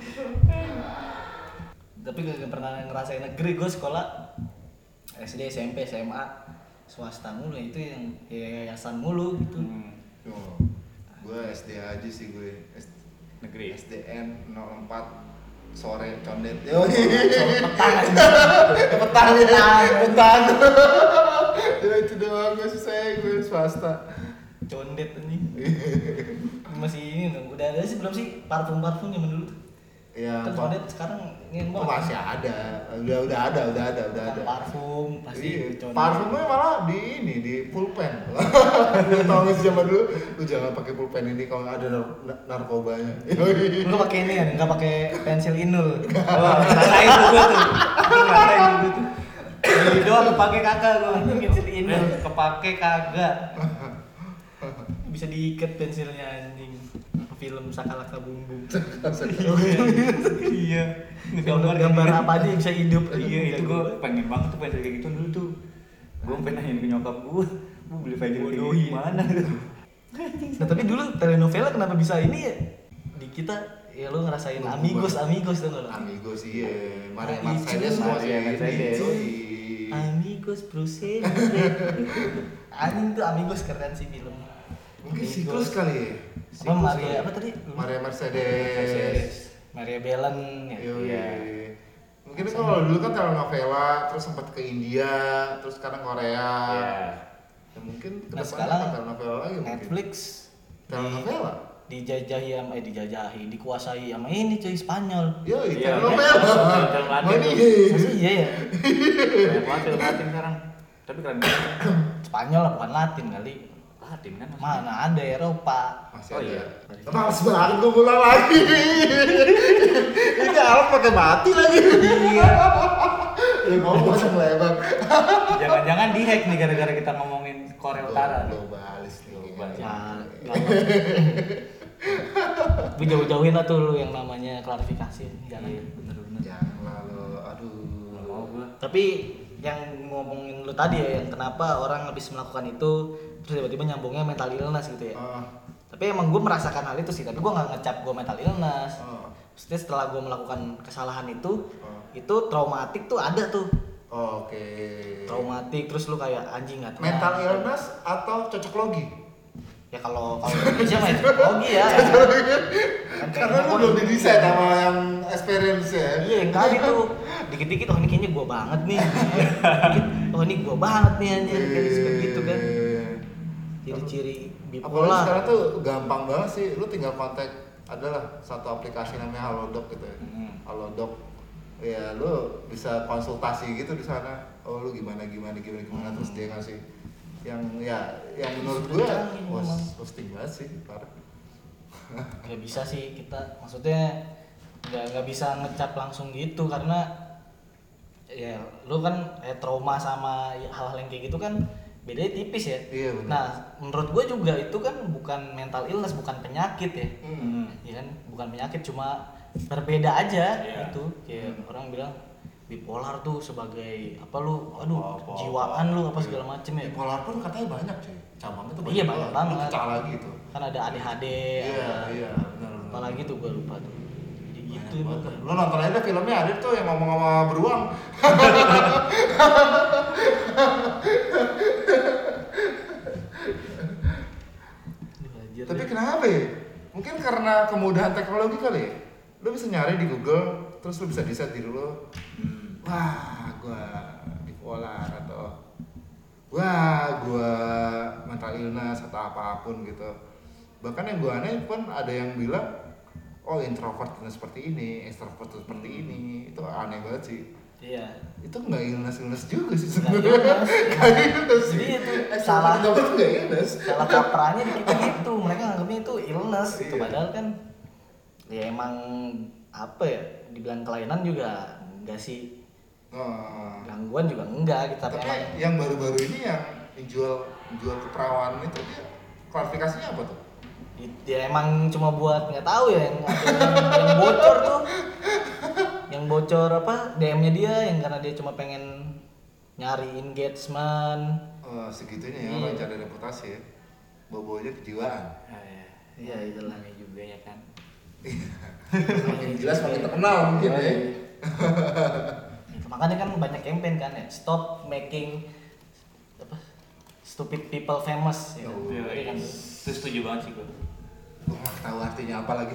A: Tapi gak pernah ngerasain negeri, gue sekolah S D, S M P, S M A swasta mulu, itu yang yayasan mulu gitu.
B: Hmm,
C: Oh, gue S D aja sih gue. S-
B: negeri.
C: S D N nol empat sore condet. Yoi.
A: Soal petang anjing.
C: Petang ya, petang. Ya itu doang gue susah gue swasta.
A: Condet anjing. Masih ini dong, udah ada sih belum sih parfum-parfum zaman dulu?
C: Ya,
A: Kan
C: pa-
A: condet sekarang ini
C: oh, masih ada. Udah udah ada, udah ada, udah ada.
A: Parfum pasti
C: Iya,
A: condet.
C: parfumnya malah di ini di pulpen. Lu tau gak sih zaman dulu, lu jangan pakai pulpen ini kalau ada nar- nar- narkobanya. Yoi.
A: Lu pakai ini ya, nggak pakai pensil inul.
B: Oh, rasain tuh gue tuh. Rasain tuh gue tuh. Beli doang kepake kagak gue.
A: Pensil inul.
B: Kepake kagak.
A: Bisa diikat pensilnya anjing. Film Sakalaka Bum Bum.
B: Iya.
A: Gambar gambar apa aja yang bisa hidup.
B: Iya itu gue pengen banget tuh pensil kayak gitu dulu tuh. Gue pengen nanyain ke nyokap gue, gue beli pensil kayak
A: Bodohin.
B: gitu mana tuh?
A: Nah tapi dulu telenovela kenapa bisa ini ya? Di kita ya lu ngerasain
C: Lu
A: amigos
C: gua-
A: amigos tuh lo.
C: Amigos iya, Maria
A: Ah,
C: Mercedes
A: itu.
C: semua
B: Maria
C: sih.
B: Mercedes.
C: Yoi.
A: Amigos Bruce. Anjing tuh amigos keren sih film.
C: Mungkin
A: Amigos.
C: siklus kali ya.
A: Apa
C: Siklus
A: Maria
C: kali.
A: apa tadi?
C: Maria Mercedes.
A: Maria Belen ya.
C: Yoi.
B: Iya.
C: Mungkin kan kalau dulu kan telenovela, terus sempat ke India, terus sekarang Korea.
B: Iya.
C: Ya mungkin
A: Nah
C: kedepannya
A: sekarang
C: akan telenovela lagi mungkin.
A: Netflix
C: Telenovela?
A: dijajahi sama eh dijajahi dikuasai sama ini cuy Spanyol.
C: Yoi,
B: Iya,
C: telenovela.
B: film Latin
C: Money
B: tuh.
C: Heist.
A: Masih iya ya.
B: Banyak banget film Latin sekarang. Tapi keren banget.
A: Spanyol lah bukan Latin kali.
B: Latin kan maksudnya.
A: Mana ada Eropa.
C: Masih
B: Oh,
C: ada.
B: iya.
C: Males banget gue pulang lagi. Ini alat pakai mati lagi. Iya. Ya ngomong sama lebar.
B: Jangan-jangan di-hack nih gara-gara kita ngomongin Korea Utara.
C: Lo balis nih.
B: Lo balis.
A: Nah, gue jauh-jauhin lah tuh lu yang namanya klarifikasi. Jangan.
B: Iya, bener-bener.
C: Janganlah lo, aduh.
B: Nggak mau gua.
A: Tapi yang ngomongin lu tadi ya, yang kenapa orang habis melakukan itu terus tiba-tiba nyambungnya mental illness gitu ya.
C: Ah,
A: Tapi emang gue merasakan hal itu sih, tapi gue nggak ngecap gue mental illness.
C: ah,
A: Maksudnya setelah gue melakukan kesalahan itu,
C: ah.
A: itu traumatik tuh ada tuh.
C: Oke.
A: Traumatik terus lu kayak anjing nggak tenang.
C: Mental illness atau cocok logi?
A: Ya kalau kalau Indonesia mah psikologi ya. ya. Kan
C: Karena
A: kayaknya
C: lu
A: gua-
C: belum didesain sama yang experience ya.
A: Iya yang tadi tuh dikit-dikit oh ini kayaknya gue banget nih. Dikit, oh ini gue banget nih anjir kayak suka gitu kan. ciri-ciri
C: Apalagi
A: bipolar.
C: sekarang tuh gampang banget sih, lu tinggal kontak, adalah satu aplikasi namanya Halodoc gitu ya.
B: Hmm.
C: Halodoc, ya lu bisa konsultasi gitu di sana. Oh lu gimana gimana gimana gimana
A: Hmm.
C: terus dia ngasih yang ya yang menurut
A: Sudah
C: gue
A: canggih
C: was
A: memang.
C: posting banget sih parah.
A: Nggak bisa sih kita, maksudnya nggak nggak bisa ngecap langsung gitu karena ya lu kan kayak trauma sama hal-hal yang kayak gitu kan bedanya tipis ya.
C: Iya, benar.
A: Nah menurut gue juga itu kan bukan mental illness, bukan penyakit ya.
B: Hmm.
A: Ya kan bukan penyakit, cuma berbeda aja.
B: Iya.
A: Itu kayak orang bilang bipolar tuh sebagai apa lu, aduh
B: Apa-apa.
A: jiwaan lu apa segala macem ya.
C: Bipolar pun katanya banyak cuy, cabangnya tuh banyak.
A: Iya, banyak banget.
C: Lu pecah lagi tuh.
A: Kan ada A D H D,
C: Iya
A: ada
C: iya benar benar.
A: apalagi tuh gue lupa tuh. Jadi gitu
C: Banyak
A: emang.
C: banget. Lu nonton aja filmnya Adit tuh yang ngomong sama beruang.
A: Aduh, anjir
C: Tapi
A: deh.
C: kenapa ya? Mungkin karena kemudahan teknologi kali ya. Lu bisa nyari di Google, terus lu bisa di-set diri lu.
B: Hmm.
C: Wah, gua bipolar atau wah, gua mental illness atau apapun gitu. Bahkan yang gua aneh pun ada yang bilang, oh introvert seperti ini, extrovert seperti ini. Itu aneh banget sih.
A: Iya.
C: Itu nggak illness-illness juga sih
A: Nggak
C: sebenarnya.
A: illness, iya.
C: Nggak illness sih.
A: Jadi itu
C: Extrovert
A: salah-
C: introvert tuh nggak illness.
A: Salah kaprahnya di kita gitu, mereka nganggapnya itu illness gitu,
C: Iya.
A: padahal kan ya emang apa ya, dibilang kelainan juga enggak sih,
C: Oh.
A: gangguan juga enggak gitu, tapi
C: Tapi
A: emang
C: yang baru-baru ini yang jual jual keperawanan itu dia klarifikasinya apa tuh?
A: it- ya emang cuma buat nggak tahu ya, yang, yang, yang bocor tuh, yang bocor apa D M-nya dia, yang karena dia cuma pengen nyari engagement.
C: Oh, segitunya ya
A: Iya.
C: orang cari reputasi ya. Bawa-bawanya kejiwaan.
B: Ah, ya.
A: Iya, itulah.
B: Namanya juga ya kan.
C: Makin jelas makin terkenal mungkin ya.
A: Gitu. Makanya kan banyak campaign kan ya, stop making apa stupid people famous ya.
C: Oh,
B: Iya,
A: Jadi kan
B: itu setuju banget sih gue.
C: Gua nggak tahu artinya apa lagi.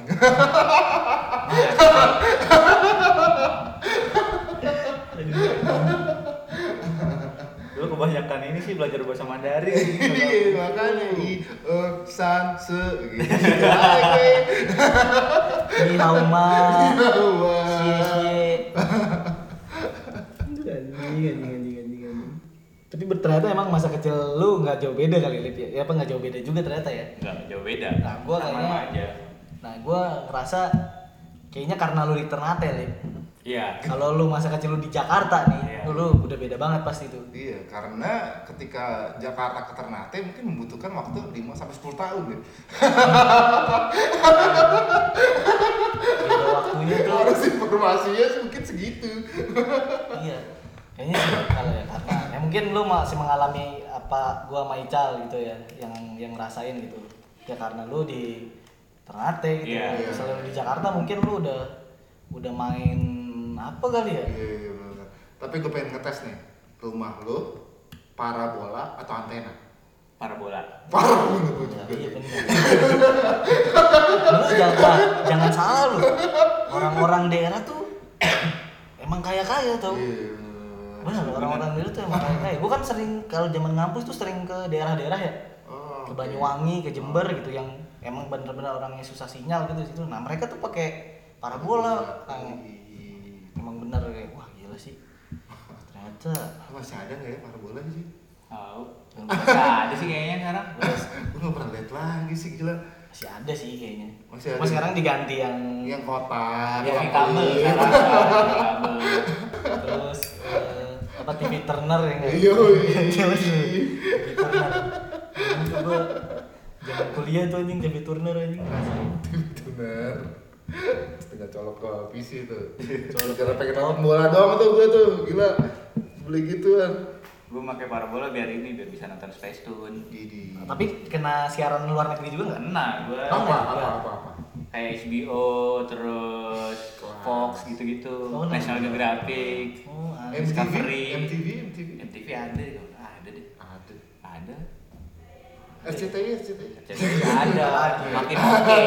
B: Lu kebanyakan ini sih belajar bahasa Mandarin.
C: Iya, makanya i e san se gitu. Aja gue.
A: Ni hao ma,
C: Wah.
A: xie xie. Aduh, anjing, anjing, anjing, anjing, anjing. Tapi ber- ternyata emang masa kecil lu nggak jauh beda kali Lip ya? Ya apa nggak jauh beda juga ternyata ya?
B: Enggak jauh beda.
A: Nah, gua
B: Sama
A: kayaknya-
B: aja.
A: Nah, gua ngerasa kayaknya karena lu di Ternate Lip.
B: Iya.
A: Kalau lu masa kecil lu di Jakarta nih,
B: Iya.
A: lu, lu udah beda banget pasti tuh.
C: Iya, karena ketika Jakarta ke Ternate mungkin membutuhkan waktu lima sampai sepuluh tahun ya.
A: Beda waktunya tuh.
C: Harus informasinya mungkin segitu.
A: Iya. Kayaknya sih kalau ya karena ya mungkin lu masih mengalami apa gua sama Ical gitu ya, yang yang ngerasain gitu. Ya karena lu di Ternate gitu.
B: Iya.
A: Kalau Misalnya lu di Jakarta mungkin lu udah udah main apa kali ya?
C: Iya, iya, benar. Tapi gue pengen ngetes nih, rumah lu parabola atau antena?
B: Parabola.
C: Parabola gue
A: Ya,
C: juga.
A: iya benar. Lu jangan jangan salah lu. Orang-orang daerah tuh emang kaya-kaya tau.
C: Iya,
A: Benar, orang-orang daerah tuh emang kaya-kaya. Gua kan sering kalau zaman ngampus tuh sering ke daerah-daerah ya.
C: Oh,
A: Ke
C: oke.
A: Banyuwangi, ke Jember gitu yang emang bener-bener orangnya susah sinyal gitu di situ. Nah, mereka tuh pakai parabola. Nah,
C: Ih,
A: emang bener kayak wah gila sih. Ternyata
C: masih ada nggak ya parabola sih?
B: Tahu. Masih ada sih kayaknya sekarang.
C: Gue nggak pernah lihat lagi sih gila.
A: masih ada sih kayaknya.
C: Masih ada.
A: Cuma sekarang diganti yang
C: Yang kotak,
B: Ya,
C: yang
B: kabel
C: kulit.
B: sekarang. Kabel.
A: terus eh, apa T V Turner yang
C: Iya, iya.
A: T V Turner. Itu gua zaman kuliah tuh anjing T V Turner anjing.
C: Bener. Tinggal colok ke P C tuh.
A: Colok
C: Cara
A: ke
C: pengen
A: laptop.
C: nonton bola doang tuh gue tuh, gila. Beli gituan.
B: Gue pakai parabola biar ini biar bisa nonton Space Tune.
C: Gidi.
A: Nah, tapi kena siaran luar negeri juga nggak?
B: Kena gue.
C: Apa apa apa apa.
B: Kayak H B O terus
C: Wah.
B: Fox gitu-gitu.
A: Oh,
B: National
A: nah.
B: Geographic.
A: Oh, ada.
C: M T V,
B: Discovery.
C: M T V, M T V.
B: M T V ada kok. Ada deh.
C: Ada.
B: Ada.
C: R C T I, R C T I.
B: Jadi ada
A: Lagi.
B: makin oke.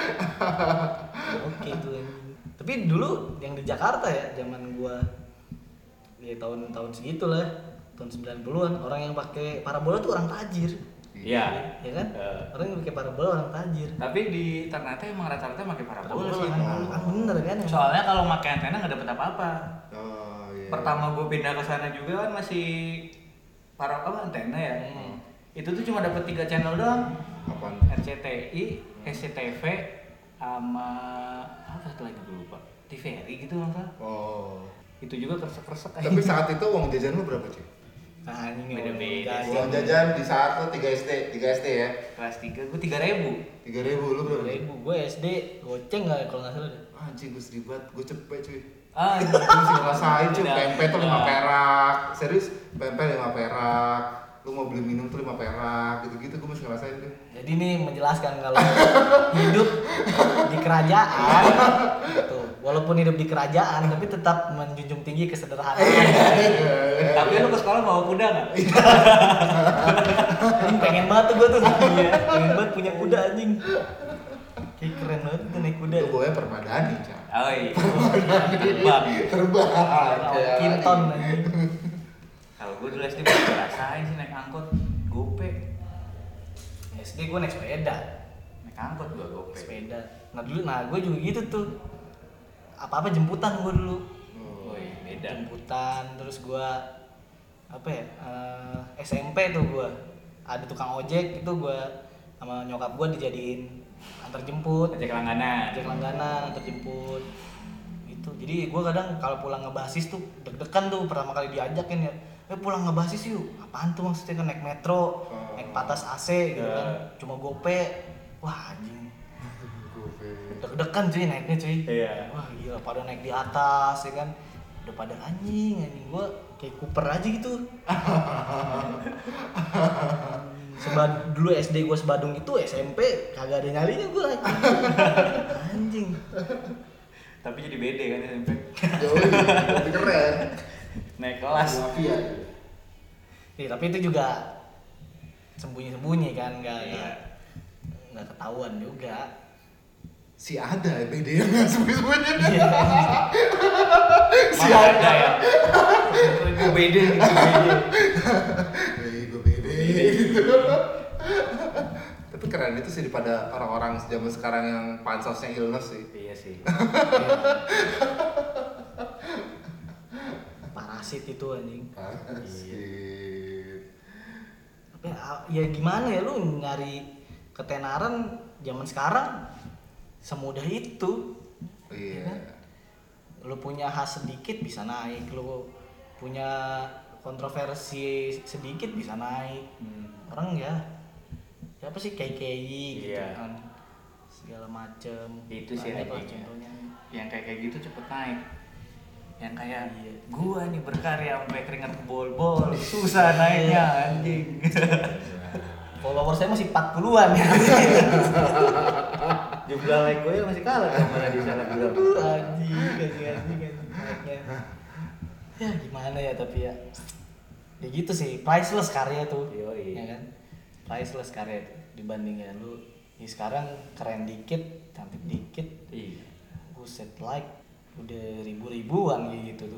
A: Oke tuh anjing. Tapi dulu yang di Jakarta ya, zaman gua ya tahun-tahun segitulah, tahun sembilan puluhan, orang yang pakai parabola tuh orang tajir.
B: Iya.
A: Ya kan?
B: Eh.
A: Orang yang pakai parabola orang tajir.
B: Tapi di Ternate emang rata-rata pakai parabola sih.
A: kan, kan bener kan ya.
B: Soalnya kalau pakai antena nggak dapet apa-apa.
C: Oh iya.
B: Pertama gue pindah ke sana juga kan masih para apa antena ya.
A: Hmm.
B: Itu tuh cuma dapet tiga channel doang.
C: Apaan?
B: R C T I, S C T V, sama apa satu lagi gue lupa. T V R I gitu masalah.
C: Oh.
B: Itu juga keresek-keresek.
C: Tapi saat itu uang jajan lu berapa, cuy?
A: Nah, ini
B: Beda-beda.
C: Uang jajan di saat lu tiga S D, tiga S D ya.
B: Kelas tiga gue tiga ribu.
C: tiga ribu lu berapa?
A: ribu gue S D goceng nggak kalau nggak salah deh.
C: Anjing gue sedih banget, gue cepet cuy.
B: Ah,
C: Gue masih ngerasain cuy,
B: Udah.
C: pempek tuh lima
B: Udah.
C: perak. Serius, pempek lima perak. Lu mau beli minum tuh lima perak, gitu-gitu gue masih ngerasain tuh.
A: Jadi ini menjelaskan kalau hidup di kerajaan gitu. Walaupun hidup di kerajaan tapi tetap menjunjung tinggi kesederhanaan.
B: Tapi lu ke sekolah bawa kuda nggak?
A: Anjing pengen banget tuh gue tuh. Iya, pengen banget punya kuda anjing. Kayak keren banget tuh naik kuda.
C: Itu gue permadani, Cak.
B: Oh iya. Terbang.
C: Terbang.
A: Lawan Kinton anjing.
B: Kalau gue dulu S D gue rasain sih naik angkot gope.
A: S D gue naik sepeda.
B: Naik angkot gue gope.
A: Sepeda. Nah dulu, nah gue juga gitu tuh. Apa-apa jemputan gue dulu.
B: Oh iya, beda.
A: Jemputan, terus gue apa ya? eh, S M P tuh gue ada tukang ojek itu gue sama nyokap gue dijadiin antar jemput.
B: Ojek langganan.
A: Ojek langganan antar jemput. Itu. Jadi gue kadang kalau pulang ngebasis tuh deg-degan tuh pertama kali diajakin ya. Eh pulang ngebasis yuk. Apaan tuh maksudnya kan naik metro,
C: Oh.
A: naik patas A C gitu
B: Ya.
A: kan. Cuma gope. Wah anjing.
C: Gope.
A: Deg-degan cuy naiknya cuy.
B: Iya.
A: Wah gila pada naik di atas ya kan. Udah pada anjing, anjing gua kayak Cooper aja gitu. Sebad dulu S D gua sebadung itu, S M P kagak ada nyalinya gua. Anjing.
B: Tapi jadi beda kan S M P.
C: Jauh lebih keren.
B: Naik kelas.
C: Mafia.
A: Iya, tapi itu juga sembunyi-sembunyi kan, nggak
B: Iya.
A: nggak nggak ketahuan juga.
C: Si ada ya B D yang nggak sembunyi-sembunyi.
A: Iya.
C: Si
B: Mana
C: ada.
B: ada ya. Gue beda nih, gue beda.
C: Eh, gue B D gitu. Tapi keren itu sih daripada orang-orang zaman sekarang yang pansosnya illness sih.
B: Iya sih.
A: Parasit itu anjing.
C: Asik.
A: Tapi ya gimana ya lu nyari ketenaran zaman sekarang semudah itu.
C: Iya.
A: kan? Lu punya khas sedikit bisa naik, lu punya kontroversi sedikit bisa naik.
B: Hmm.
A: Orang ya siapa sih K K I gitu
B: Iya.
A: kan. Segala macem.
B: Itu sih
A: Banyak lah
B: anjingnya.
A: contohnya.
B: Yang kayak kayak gitu cepet naik. Yang kayak
A: Iya.
B: gua nih berkarya sampai keringat bol-bol, susah naiknya anjing.
A: Follower saya masih empat puluhan ya.
B: Jumlah like gue masih kalah sama di sana bilang.
A: Anjing, anjing, anjing, anjing, naiknya. Ya gimana ya tapi ya. Ya gitu sih, priceless karya tuh.
B: Yoi.
A: Ya kan? Priceless karya tuh dibandingin lu. Ya sekarang keren dikit, cantik dikit.
B: Iya.
A: Buset like udah ribu-ribuan kayak gitu tuh.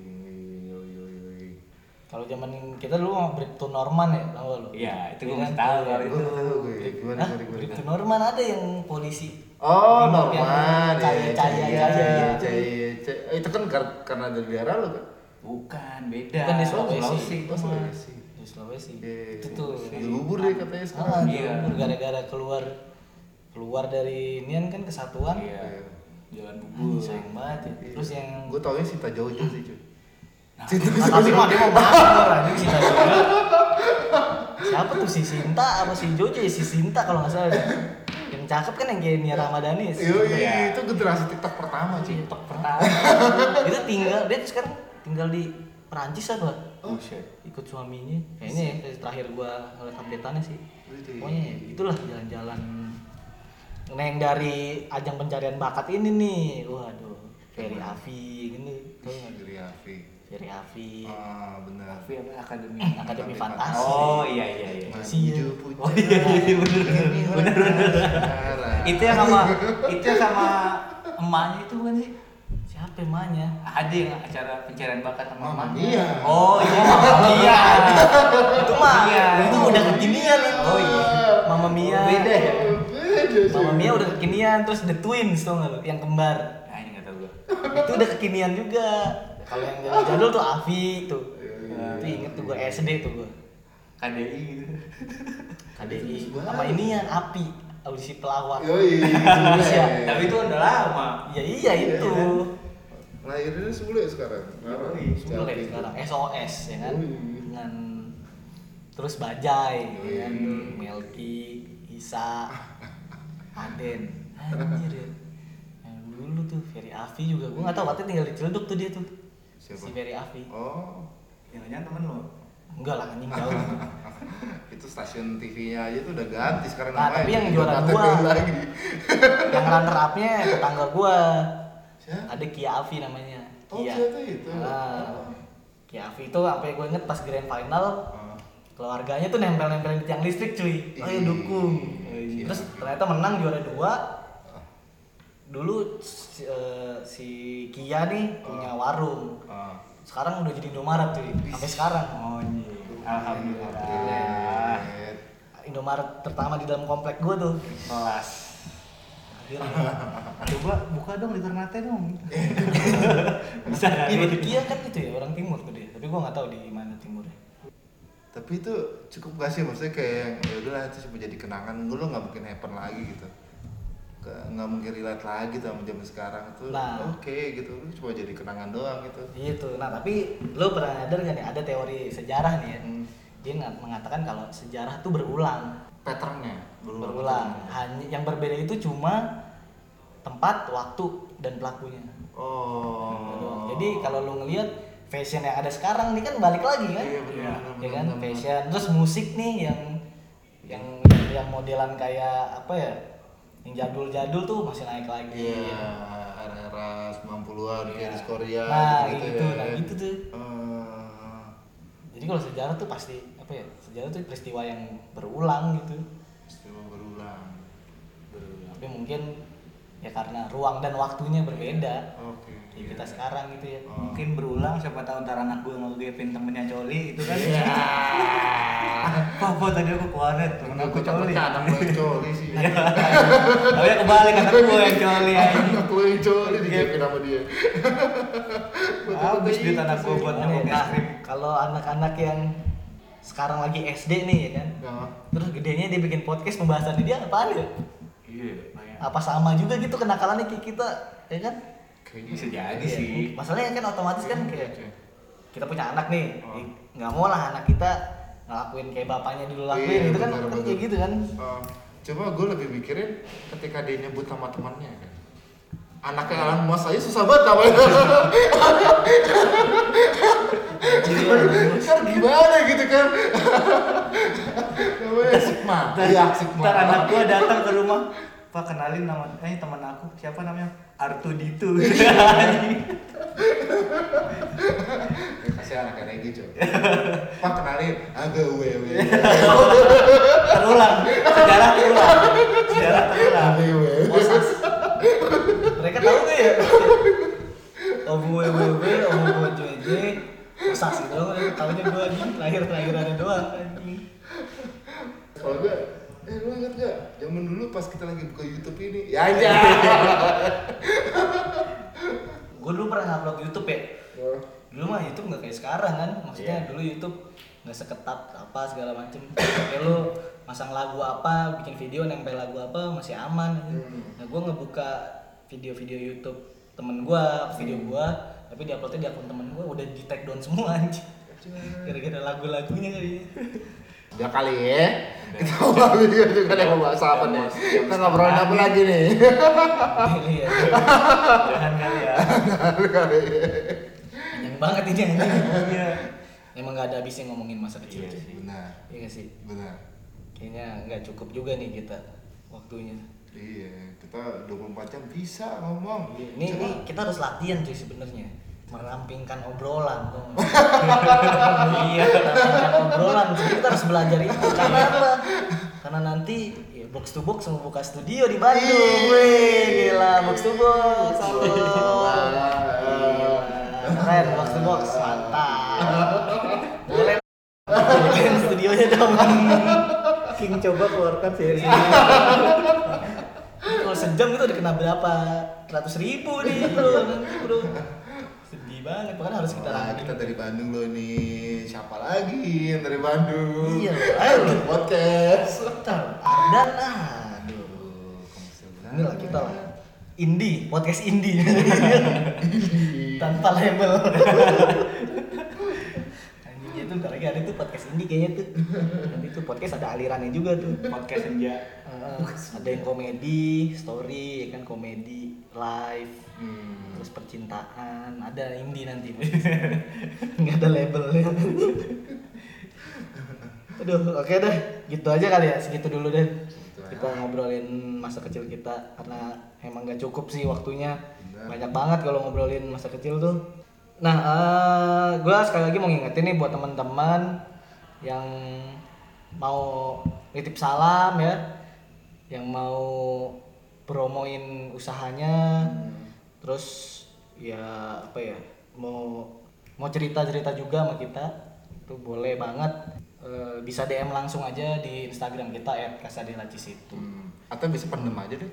A: Kalau zaman kita dulu mah Bripto Norman ya, tahu lu?
B: Iya, itu
A: Iya
B: gue
A: kan?
B: masih tahu kalau
C: Gue
B: itu.
C: nggak tahu gue. Gimana
A: Hah?
C: gimana gimana.
A: Bripto Norman ada yang polisi.
C: Oh,
A: Brimob yang
C: Norman.
A: Cahaya-cahaya
C: Iya,
A: aja.
C: iya, cahaya, cahaya. Itu kan kar- karena dari daerah lo kan?
B: Bukan, beda.
A: Bukan di Sulawesi.
B: Sulawesi.
C: Oh, Sulawesi.
A: Di Sulawesi.
C: Iya,
A: Itu tuh.
C: Di Lubur deh katanya
A: Ah,
C: sekarang.
B: Iya.
A: iya. Gara-gara keluar keluar dari nian kan kesatuan.
B: Iya. Jalan
A: Anjing
B: bubur.
A: sayang banget ya. Terus yang
C: Gue taunya Sinta Jojo sih cuy.
A: Nah, tapi mah dia mau makmur anjing si Jojo. Siapa tuh si Sinta apa si Jojo ya si Sinta kalau nggak salah. Yang cakep kan yang kayak Nia Ramadhani. si
C: Iya,
A: Sinta.
C: iya, itu generasi TikTok pertama cuy.
A: TikTok pertama. Itu tinggal dia tuh sekarang tinggal di Perancis apa?
B: Buset.
A: Ikut suaminya. Kayaknya ya dari terakhir gua ngeliat update-annya sih.
C: Gitu ya.
A: Pokoknya itulah jalan-jalan. Nah yang dari ajang pencarian bakat ini nih, waduh, Ferry Afi gini, tuh nggak?
C: Dari Afi.
A: Ferry Afi,
C: Ah, benar.
B: Tapi apa akademi?
A: Akademi Fantasi.
B: Oh iya iya iya.
A: Iya.
B: Oh iya iya bener bener bener. Itu yang sama itu yang sama emaknya itu kan sih.
A: Siapa emangnya?
B: ada yang acara pencarian bakat sama
C: Mamma
B: mamanya.
C: Mia.
B: Oh iya, Mamma Mia.
A: Itu mah,
B: Iya.
A: itu udah kekinian itu.
B: Oh iya.
A: Mama Mia.
B: Beda ya?
C: Beda sih.
A: Mama Mia udah kekinian, terus The Twins tau nggak lu? Yang kembar.
B: Nah, ini nggak tahu gua.
A: Itu udah kekinian juga. Kalau yang jadul-jadul tuh Avi tuh.
C: Iya,
A: Itu inget tuh gue S D tuh gue.
B: K D I gitu.
A: K D I sama ini yang Api, audisi pelawak.
C: Yoi.
A: Indonesia.
B: Tapi itu udah lama.
A: Ya iya itu.
C: Lahirnya Sule sekarang.
B: Yoi,
A: Sule sekarang S O S ya kan.
C: Yoi.
A: Dengan terus Bajai ya kan,
C: Yoi.
A: Melki, Isa, Aden. Anjir ya. Yang dulu tuh Ferry Afi juga gue nggak tahu katanya tinggal di Ciledug tuh dia tuh.
C: Siapa?
A: Si Ferry Afi.
C: Oh.
B: Jangan-jangan temen lo.
A: Enggak lah anjing jauh.
C: Itu stasiun T V-nya aja tuh udah ganti sekarang
A: Nah,
C: namanya.
A: tapi yang
C: Udah
A: juara
C: K T P
A: dua.
C: lagi.
A: Yang runner up-nya tetangga gua.
C: Siapa?
A: Ada Kia Afi namanya.
C: Oh,
A: Kia.
C: Kia tuh itu.
A: Nah, Kia Afi itu sampai gue inget pas grand final
C: Oh.
A: keluarganya tuh nempel-nempelin tiang listrik cuy. Ayo
C: Ih.
A: dukung.
C: Iya.
A: Terus ternyata menang juara dua. Dulu si, eh, si Kia nih punya warung.
C: Oh.
A: Sekarang udah jadi Indomaret cuy. Sampai sekarang.
B: Oh iya. Alhamdulillah.
C: Keren.
A: Indomaret pertama di dalam komplek gua tuh.
B: Kelas.
A: Akhirnya.
B: Coba buka dong di Ternate dong. Bisa kan?
A: Iya, di Kia kan itu ya orang timur tuh dia. Tapi gua nggak tahu di mana timurnya.
C: Tapi itu cukup gak sih maksudnya kayak yang ya udahlah itu cuma jadi kenangan, gue lo nggak mungkin happen lagi gitu, Ke- nggak mungkin relate lagi tuh sama zaman sekarang tuh.
A: Nah.
C: Oke gitu, lu cuma jadi kenangan doang gitu.
A: Gitu. Nah, tapi lo pernah nyadar nggak nih ada teori sejarah nih ya?
C: Hmm.
A: Dia nggak- mengatakan kalau sejarah tuh berulang,
C: Patternnya berulang.
A: berulang. Hanya yang berbeda itu cuma tempat, waktu, dan pelakunya.
C: Oh.
A: Jadi kalau lo ngelihat fashion yang ada sekarang nih kan balik lagi kan?
C: Iya benar.
A: Ya kan fashion. Terus musik nih yang yang yang modelan kayak apa ya? Yang jadul-jadul tuh masih naik lagi.
C: Iya, era-era sembilan puluhan,
A: Iya.
C: Kiris Korea.
A: Nah,
C: gitu,
A: gitu,
C: ya.
A: nah gitu tuh.
C: Eh,
A: Jadi kalau sejarah tuh pasti apa ya? Sejarah tuh peristiwa yang berulang gitu.
C: Peristiwa berulang.
A: Berulang. Tapi mungkin ya karena ruang dan waktunya berbeda.
C: Oke.
A: Di kita sekarang gitu ya.
C: Oh.
B: Mungkin berulang, siapa tahu ntar anak gue ngegepin temennya Coli itu kan.
C: Iya.
B: Papa tadi aku ke warnet, temen aku Coli.
C: Anak gue yang coli sih.
B: Tapi ya kebalik, anak gue yang Coli aja.
C: Anak gue yang coli digepin sama dia.
B: Habis duit anak gue buat nyemok es
A: Nah,
B: krim.
A: kalau anak-anak yang sekarang lagi S D nih ya kan.
C: Nah,
A: Terus gedenya dia bikin podcast pembahasannya dia apaan ya?
B: Iya, banyak.
A: Apa sama juga gitu kenakalannya kayak kita, ya kan?
C: kayaknya
B: Bisa jadi
A: Iya.
B: sih.
A: Masalahnya kan otomatis kan kayak
C: Oke.
A: kita punya anak nih,
C: Oh.
A: ih, nggak mau lah anak kita ngelakuin kayak bapaknya dulu lakuin
C: Iya,
A: gitu kan,
C: benar,
A: kan
C: benar.
A: kayak gitu kan.
C: Eh, coba gue lebih mikirin ketika dia nyebut sama temannya kan. Anaknya Alan Mas aja susah banget namanya. Kan gimana gitu kan. Namanya Sigma. Iya, Sigma.
B: Ntar anak gue datang ke rumah, Pak kenalin nama, eh teman aku, siapa namanya? Artuditu.
C: Kasih anaknya Regi coy. Pak kenalin, agak wewe.
B: Terulang, sejarah terulang, sejarah terulang.
C: Agak wewe.
A: Osas. Mereka tahu gak ya? Om gue gue, om gue cuy, osas gitu loh. Tahunya gue anjing, lahir-lahirannya doang anjing.
C: Kalau gue, eh lu inget gak? Zaman dulu pas kita lagi buka YouTube ini, ya aja.
A: Gue dulu pernah upload YouTube ya. Dulu mah YouTube nggak kayak sekarang kan, maksudnya
C: Iya.
A: dulu YouTube nggak seketat apa segala macem. Kayak lu masang lagu apa, bikin video nempel lagu apa masih aman.
C: Hmm.
A: Nah gue ngebuka video-video YouTube temen gue, video gue, tapi diuploadnya di akun temen gue udah di take down semua anjing. Gara-gara lagu-lagunya kali ya.
C: Udah kali ya, kita ngobrol juga kan yang mau bahas apa nih? Kita ngobrolin apa lagi nih?
A: Iya.
B: Jangan kali ya.
C: Kali ya.
A: Panjang banget ini anjing.
B: Iya.
A: Emang nggak ada habisnya ngomongin masa kecil.
B: Iya
A: cuy.
B: sih.
C: Benar,
A: Iya nggak sih?
C: benar.
A: Kayaknya nggak cukup juga nih kita waktunya.
C: Iya, kita dua puluh empat jam bisa ngomong.
A: Ini,
C: Coba.
A: ini kita harus latihan cuy sebenarnya, merampingkan obrolan tuh. Iya, merampingkan obrolan. Jadi kita harus belajar itu. Karena apa? Karena nanti ya, box to box mau buka studio di Bandung.
C: Ih.
A: Wih, gila box to box. Halo.
C: Gila.
A: Gila. Keren, box to box, mantap. Boleh. Bikin studionya dong.
B: King coba keluarkan seri.
A: Kalau sejam itu udah kena berapa ratus ribu nih bro, nanti bro. Sedih banget, makanya harus kita
C: Nah,
A: rangkum.
C: kita dari Bandung loh nih. Siapa lagi yang dari Bandung?
A: Iya, ayo.
C: Podcast.
A: Bentar, Ardan, aduh, komersil bener lah kita lah. Indie, podcast indie. Tanpa label. Anjing itu ntar lagi ada tuh podcast indie kayaknya tuh. Nanti tuh podcast ada alirannya juga tuh.
B: Podcast senja.
A: Uh, ada yang komedi, story, ya kan komedi, live,
C: Hmm.
A: terus percintaan, ada indie nanti. Nggak ada labelnya. Aduh, oke deh, gitu aja kali ya, segitu dulu deh. Kita ngobrolin masa kecil kita karena emang gak cukup sih waktunya.
C: Bener.
A: Banyak banget kalau ngobrolin masa kecil tuh. Nah, uh, gue sekali lagi mau ngingetin nih buat teman-teman yang mau nitip salam ya, yang mau promoin usahanya, terus ya apa ya, mau mau cerita-cerita juga sama kita, itu boleh banget. Uh, bisa D M langsung aja di Instagram kita et kasadelacis itu.
C: Hmm. Atau bisa pendem aja deh.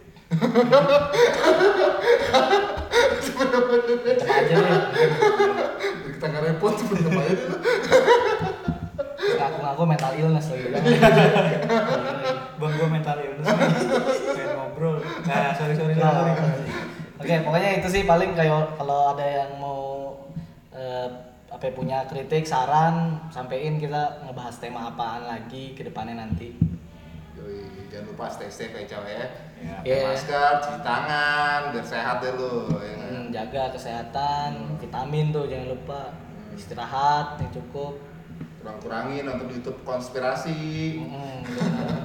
A: Pendem aja deh.
C: Kita nggak repot pendem aja deh.
A: Ngaku-ngaku mental illness lagi.
B: Bang gua mental illness nih. Pengen ngobrol. Nah, sorry sorry
A: Nah,
B: sorry.
A: Oke, pokoknya itu sih paling kayak kalau ada yang mau eh, apa ya, punya kritik, saran, sampein kita ngebahas tema apaan lagi ke depannya nanti.
C: Yoi, jangan lupa stay safe ya cewek ya.
B: Ya.
C: Pakai
A: Iya.
C: masker, cuci tangan, biar sehat deh lu. Ya kan?
A: Hmm, jaga kesehatan, vitamin tuh jangan lupa. Istirahat yang cukup.
C: Kurang-kurangin nonton YouTube konspirasi.
A: Hmm, benar.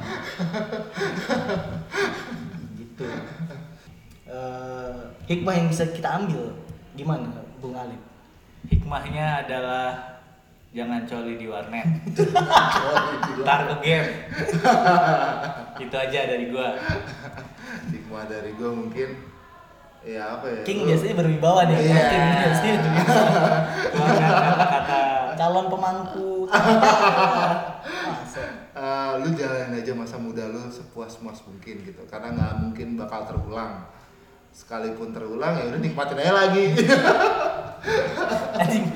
A: Gitu. Eh, hikmah yang bisa kita ambil gimana, Bung Alif?
B: Hikmahnya adalah jangan coli di warnet. Ntar ke game. Itu aja dari gua.
C: Hikmah dari gue mungkin ya apa ya?
A: King
C: lu-
A: biasanya berwibawa nih.
C: Iya.
A: King biasanya berwibawa.
B: Keluarkan kata-kata
A: Calon pemangku. Masa?
C: Eh, lu jalanin aja masa muda lu sepuas-puas mungkin gitu, karena nggak mungkin bakal terulang. Sekalipun terulang ya udah nikmatin aja lagi.
A: Anjing.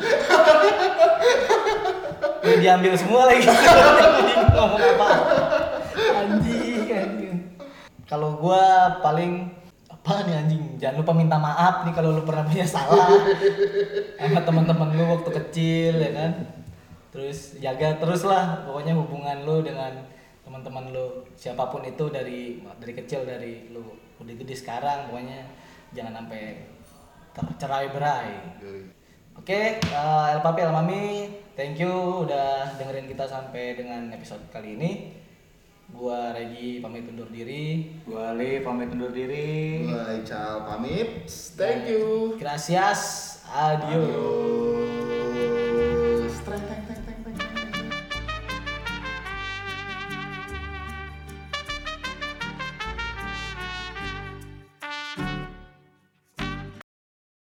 A: Udah diambil semua lagi. Ngomong apa? Anjing, anjing. Kalau gua paling apa nih anjing? Jangan lupa minta maaf nih kalau lu pernah punya salah sama teman-teman lu waktu kecil ya kan. Terus jaga terus lah pokoknya hubungan lu dengan teman-teman lu siapapun itu dari dari kecil, dari lu udah gede sekarang, pokoknya jangan sampai tercerai berai. Oke, uh, El Papi El Mami, thank you udah dengerin kita sampai dengan episode kali ini. Gua Regi pamit undur diri.
B: gua Ali pamit undur diri.
C: Gua Ical pamit. Thank you.
A: Gracias. Adios.
C: Adios.